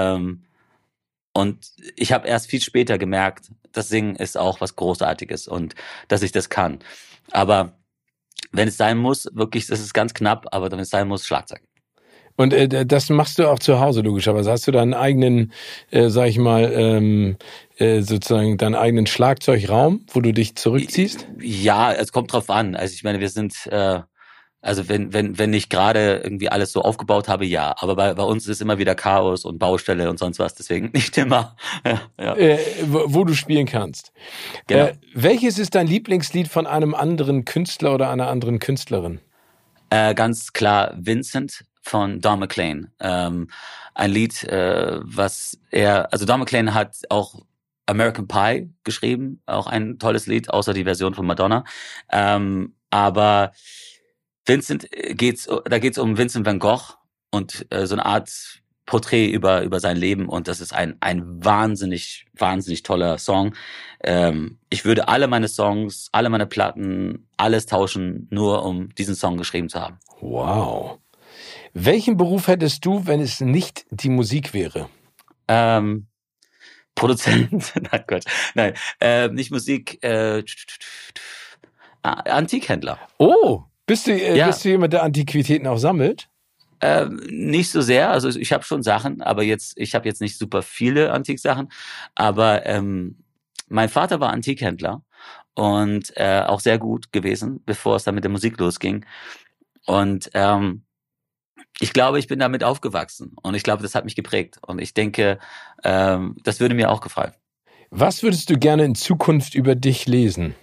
ich habe erst viel später gemerkt, das Singen ist auch was Großartiges und dass ich das kann. Aber wenn es sein muss, wirklich, das ist ganz knapp, aber wenn es sein muss, Schlagzeug. Und das machst du auch zu Hause, logischerweise. Hast du deinen eigenen, sag ich mal, sozusagen deinen eigenen Schlagzeugraum, wo du dich zurückziehst? Ja, es kommt drauf an. Also ich meine, wir sind Also wenn ich gerade irgendwie alles so aufgebaut habe, ja. Aber bei uns ist immer wieder Chaos und Baustelle und sonst was, deswegen nicht immer. Ja. Wo du spielen kannst. Genau. Welches ist dein Lieblingslied von einem anderen Künstler oder einer anderen Künstlerin? Ganz klar Vincent von Don McLean. Ein Lied, also Don McLean hat auch American Pie geschrieben, auch ein tolles Lied, außer die Version von Madonna. Aber Vincent geht's um Vincent van Gogh und so eine Art Porträt über sein Leben, und das ist ein wahnsinnig toller Song. Ich würde alle meine Songs, alle meine Platten, alles tauschen, nur um diesen Song geschrieben zu haben. Wow. Welchen Beruf hättest du, wenn es nicht die Musik wäre? Produzent, nein Gott, nein, nicht Musik, Antikhändler. Oh, bist du jemand, der Antiquitäten auch sammelt? Nicht so sehr, also ich habe schon Sachen, aber ich habe jetzt nicht super viele Antiksachen, aber mein Vater war Antikhändler und auch sehr gut gewesen, bevor es dann mit der Musik losging, und ich glaube, ich bin damit aufgewachsen und ich glaube, das hat mich geprägt, und ich denke, das würde mir auch gefallen. Was würdest du gerne in Zukunft über dich lesen?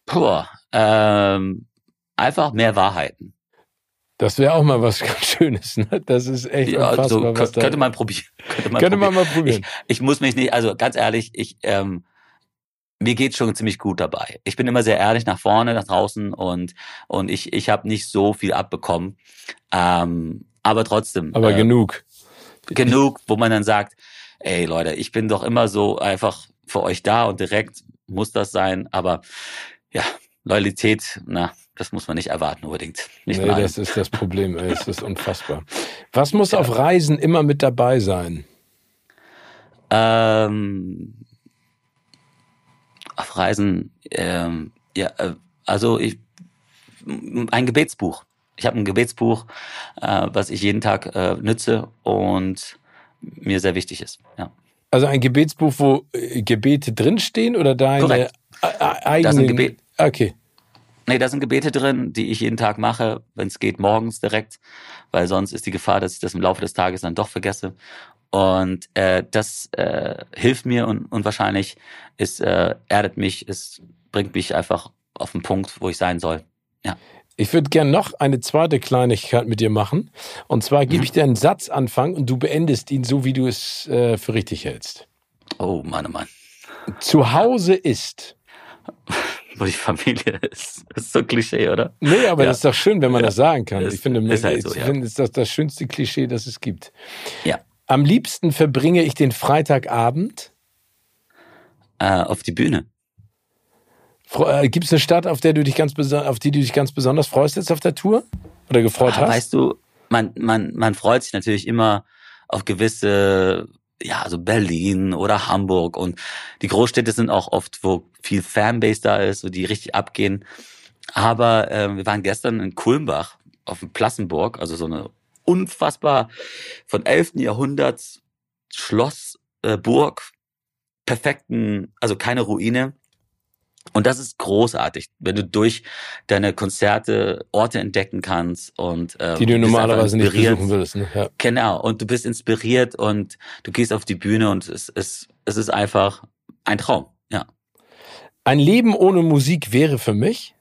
Einfach mehr Wahrheiten. Das wäre auch mal was ganz Schönes, ne? Das ist echt unfassbar. Könnte man probieren. Könnte man mal probieren. Ich muss mich nicht, also ganz ehrlich, mir geht's schon ziemlich gut dabei. Ich bin immer sehr ehrlich nach vorne, nach draußen, und ich habe nicht so viel abbekommen. Aber trotzdem. Aber genug. Genug, wo man dann sagt, ey Leute, ich bin doch immer so einfach für euch da und direkt muss das sein. Aber ja, Loyalität, das muss man nicht erwarten unbedingt. Nicht das ist das Problem, ey. Es ist unfassbar. Was muss auf Reisen immer mit dabei sein? Auf Reisen, also ein Gebetsbuch. Ich habe ein Gebetsbuch, was ich jeden Tag nütze und mir sehr wichtig ist. Ja. Also ein Gebetsbuch, wo Gebete drinstehen oder deine eigenen? Da sind Gebete. Okay. Nee, da sind Gebete drin, die ich jeden Tag mache, wenn es geht, morgens direkt, weil sonst ist die Gefahr, dass ich das im Laufe des Tages dann doch vergesse. Und das hilft mir und wahrscheinlich erdet mich, es bringt mich einfach auf den Punkt, wo ich sein soll. Ja. Ich würde gerne noch eine zweite Kleinigkeit mit dir machen. Und zwar gebe ich dir einen Satzanfang und du beendest ihn so, wie du es für richtig hältst. Oh Mann, oh Mann. Zu Hause ist... Wo die Familie ist. Das ist so ein Klischee, oder? Nee, aber das ist doch schön, wenn man das sagen kann. Ich finde, ist halt so, finde, es ist das schönste Klischee, das es gibt. Ja. Am liebsten verbringe ich den Freitagabend auf die Bühne. Gibt es eine Stadt, auf die du dich ganz besonders freust jetzt auf der Tour? Oder gefreut hast? Weißt du, man freut sich natürlich immer auf gewisse, also Berlin oder Hamburg, und die Großstädte sind auch oft, wo viel Fanbase da ist, wo die richtig abgehen. Aber wir waren gestern in Kulmbach auf dem Plassenburg, also so eine unfassbar von 11. Jahrhundert Schloss, Burg, also keine Ruine. Und das ist großartig, wenn du durch deine Konzerte Orte entdecken kannst und die du normalerweise nicht besuchen würdest. Ne? Ja. Genau, und du bist inspiriert und du gehst auf die Bühne und es ist einfach ein Traum. Ja. Ein Leben ohne Musik wäre für mich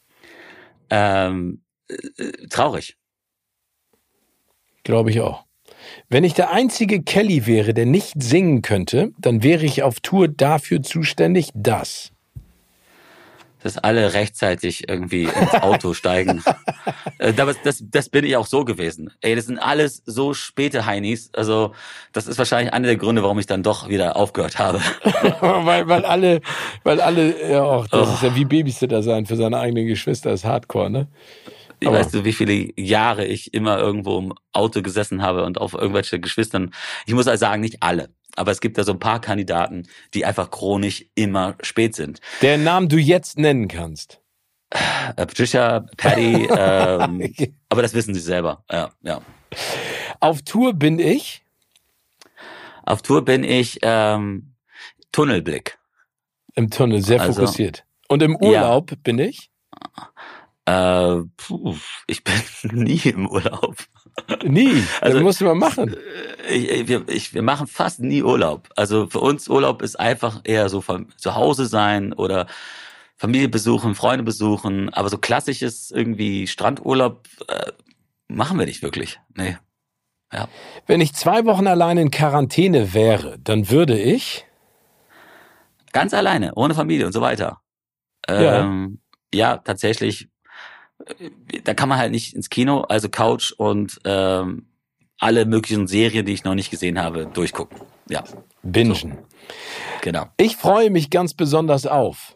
traurig. Glaube ich auch. Wenn ich der einzige Kelly wäre, der nicht singen könnte, dann wäre ich auf Tour dafür zuständig, dass alle rechtzeitig irgendwie ins Auto steigen. Das bin ich auch so gewesen. Ey, das sind alles so späte Heinis. Also das ist wahrscheinlich einer der Gründe, warum ich dann doch wieder aufgehört habe. weil alle, das ist ja wie Babysitter sein für seine eigenen Geschwister, ist Hardcore, ne? Weißt du, wie viele Jahre ich immer irgendwo im Auto gesessen habe und auf irgendwelche Geschwistern. Ich muss also sagen, nicht alle. Aber es gibt da so ein paar Kandidaten, die einfach chronisch immer spät sind. Deren Namen du jetzt nennen kannst. Patricia, Patty, aber das wissen sie selber. Ja. Auf Tour bin ich? Auf Tour bin ich Tunnelblick. Im Tunnel, sehr fokussiert. Und im Urlaub bin ich? Ich bin nie im Urlaub. Nie? Also Das musst du mal machen. wir machen fast nie Urlaub. Also für uns Urlaub ist einfach eher so zu Hause sein oder Familie besuchen, Freunde besuchen. Aber so klassisches irgendwie Strandurlaub machen wir nicht wirklich. Nee. Ja. Wenn ich 2 Wochen allein in Quarantäne wäre, dann würde ich... Ganz alleine, ohne Familie und so weiter. Ja, tatsächlich. Da kann man halt nicht ins Kino, also Couch und alle möglichen Serien, die ich noch nicht gesehen habe, durchgucken. Ja. Bingen. So. Genau. Ich freue mich ganz besonders auf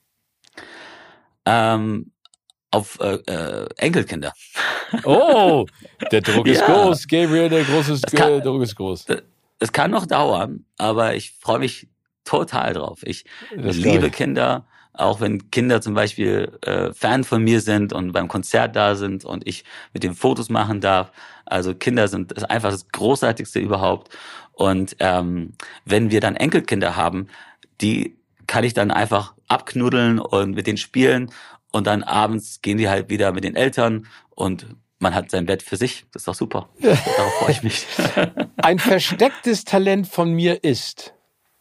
Enkelkinder. Oh, der Druck ist Ja. groß, Gabriel, der Druck ist groß. Es kann noch dauern, aber ich freue mich total drauf. Ich Das liebe ich. Kinder, auch wenn Kinder zum Beispiel Fan von mir sind und beim Konzert da sind und ich mit den Fotos machen darf. Also Kinder sind einfach das Großartigste überhaupt. Und wenn wir dann Enkelkinder haben, die kann ich dann einfach abknuddeln und mit denen spielen. Und dann abends gehen die halt wieder mit den Eltern und man hat sein Bett für sich. Das ist doch super. Darauf freue ich mich. Ein verstecktes Talent von mir ist...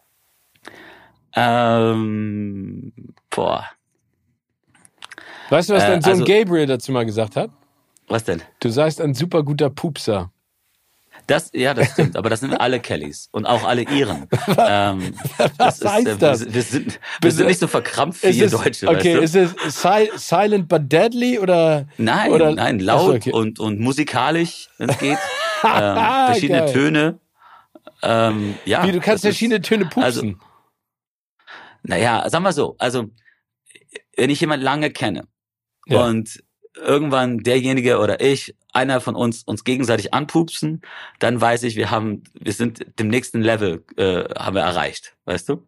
Boah. Weißt du, was dein Sohn also- Gabriel dazu mal gesagt hat? Was denn? Du seist ein super guter Pupser. Das stimmt, aber das sind alle Kellys und auch alle Iren. Was heißt das? Wir sind nicht so verkrampft wie ihr Deutsche, okay, weißt du? ist es silent but deadly oder? Nein, laut Achso, okay. und musikalisch, wenn es geht. Verschiedene Geil. Töne. Ja, Wie, du kannst das verschiedene Töne pupsen? Also, naja, sagen wir so, also wenn ich jemanden lange kenne und irgendwann derjenige oder ich, einer von uns gegenseitig anpupsen, dann weiß ich, wir sind dem nächsten Level haben wir erreicht, weißt du?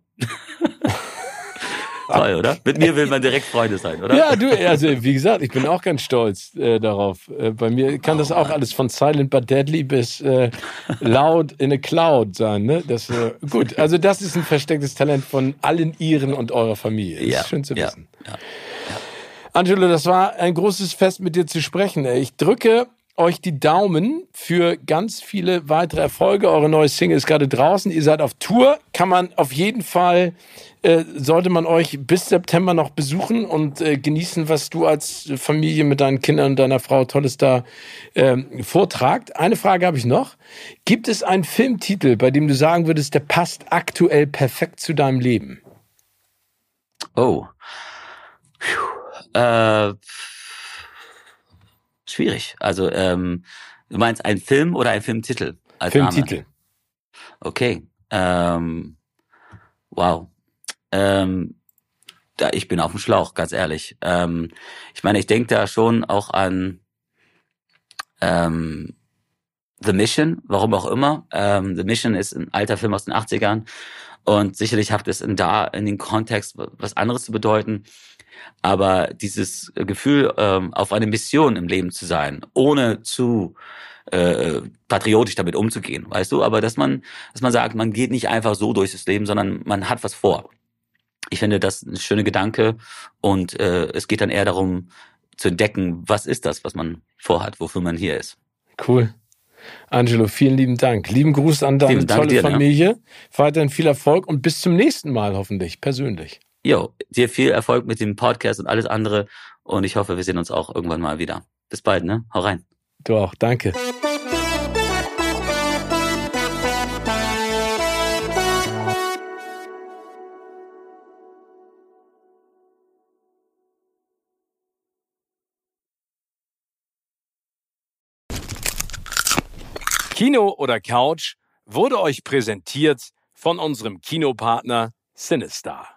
Toll, oder? Mit mir will man direkt Freunde sein, oder? Ja, also wie gesagt, ich bin auch ganz stolz darauf. Bei mir kann das auch alles von silent but deadly bis loud in a cloud sein. Ne? Das, gut, also das ist ein verstecktes Talent von allen Iren und eurer Familie. Das ist schön zu wissen. Ja. Angelo, das war ein großes Fest, mit dir zu sprechen. Ich drücke euch die Daumen für ganz viele weitere Erfolge. Eure neue Single ist gerade draußen. Ihr seid auf Tour. Kann man auf jeden Fall, sollte man euch bis September noch besuchen und genießen, was du als Familie mit deinen Kindern und deiner Frau Tolles da vortragt. Eine Frage habe ich noch. Gibt es einen Filmtitel, bei dem du sagen würdest, der passt aktuell perfekt zu deinem Leben? Oh. Schwierig. Also, du meinst einen Film oder einen Filmtitel als Filmtitel. Name? Okay. Wow. Ich bin auf dem Schlauch, ganz ehrlich. Ich meine, ich denke da schon auch an The Mission, warum auch immer. The Mission ist ein alter Film aus den 80ern und sicherlich hat es in den Kontext was anderes zu bedeuten. Aber dieses Gefühl, auf eine Mission im Leben zu sein, ohne zu patriotisch damit umzugehen, weißt du? Aber dass man sagt, man geht nicht einfach so durch das Leben, sondern man hat was vor. Ich finde das ein schöner Gedanke und es geht dann eher darum zu entdecken, was ist das, was man vorhat, wofür man hier ist. Cool. Angelo, vielen lieben Dank. Lieben Gruß an deine tolle Familie. Ne? Weiterhin viel Erfolg und bis zum nächsten Mal hoffentlich, persönlich. Jo, dir viel Erfolg mit dem Podcast und alles andere und ich hoffe, wir sehen uns auch irgendwann mal wieder. Bis bald, ne? Hau rein. Du auch, danke. Kino oder Couch wurde euch präsentiert von unserem Kinopartner Cinestar.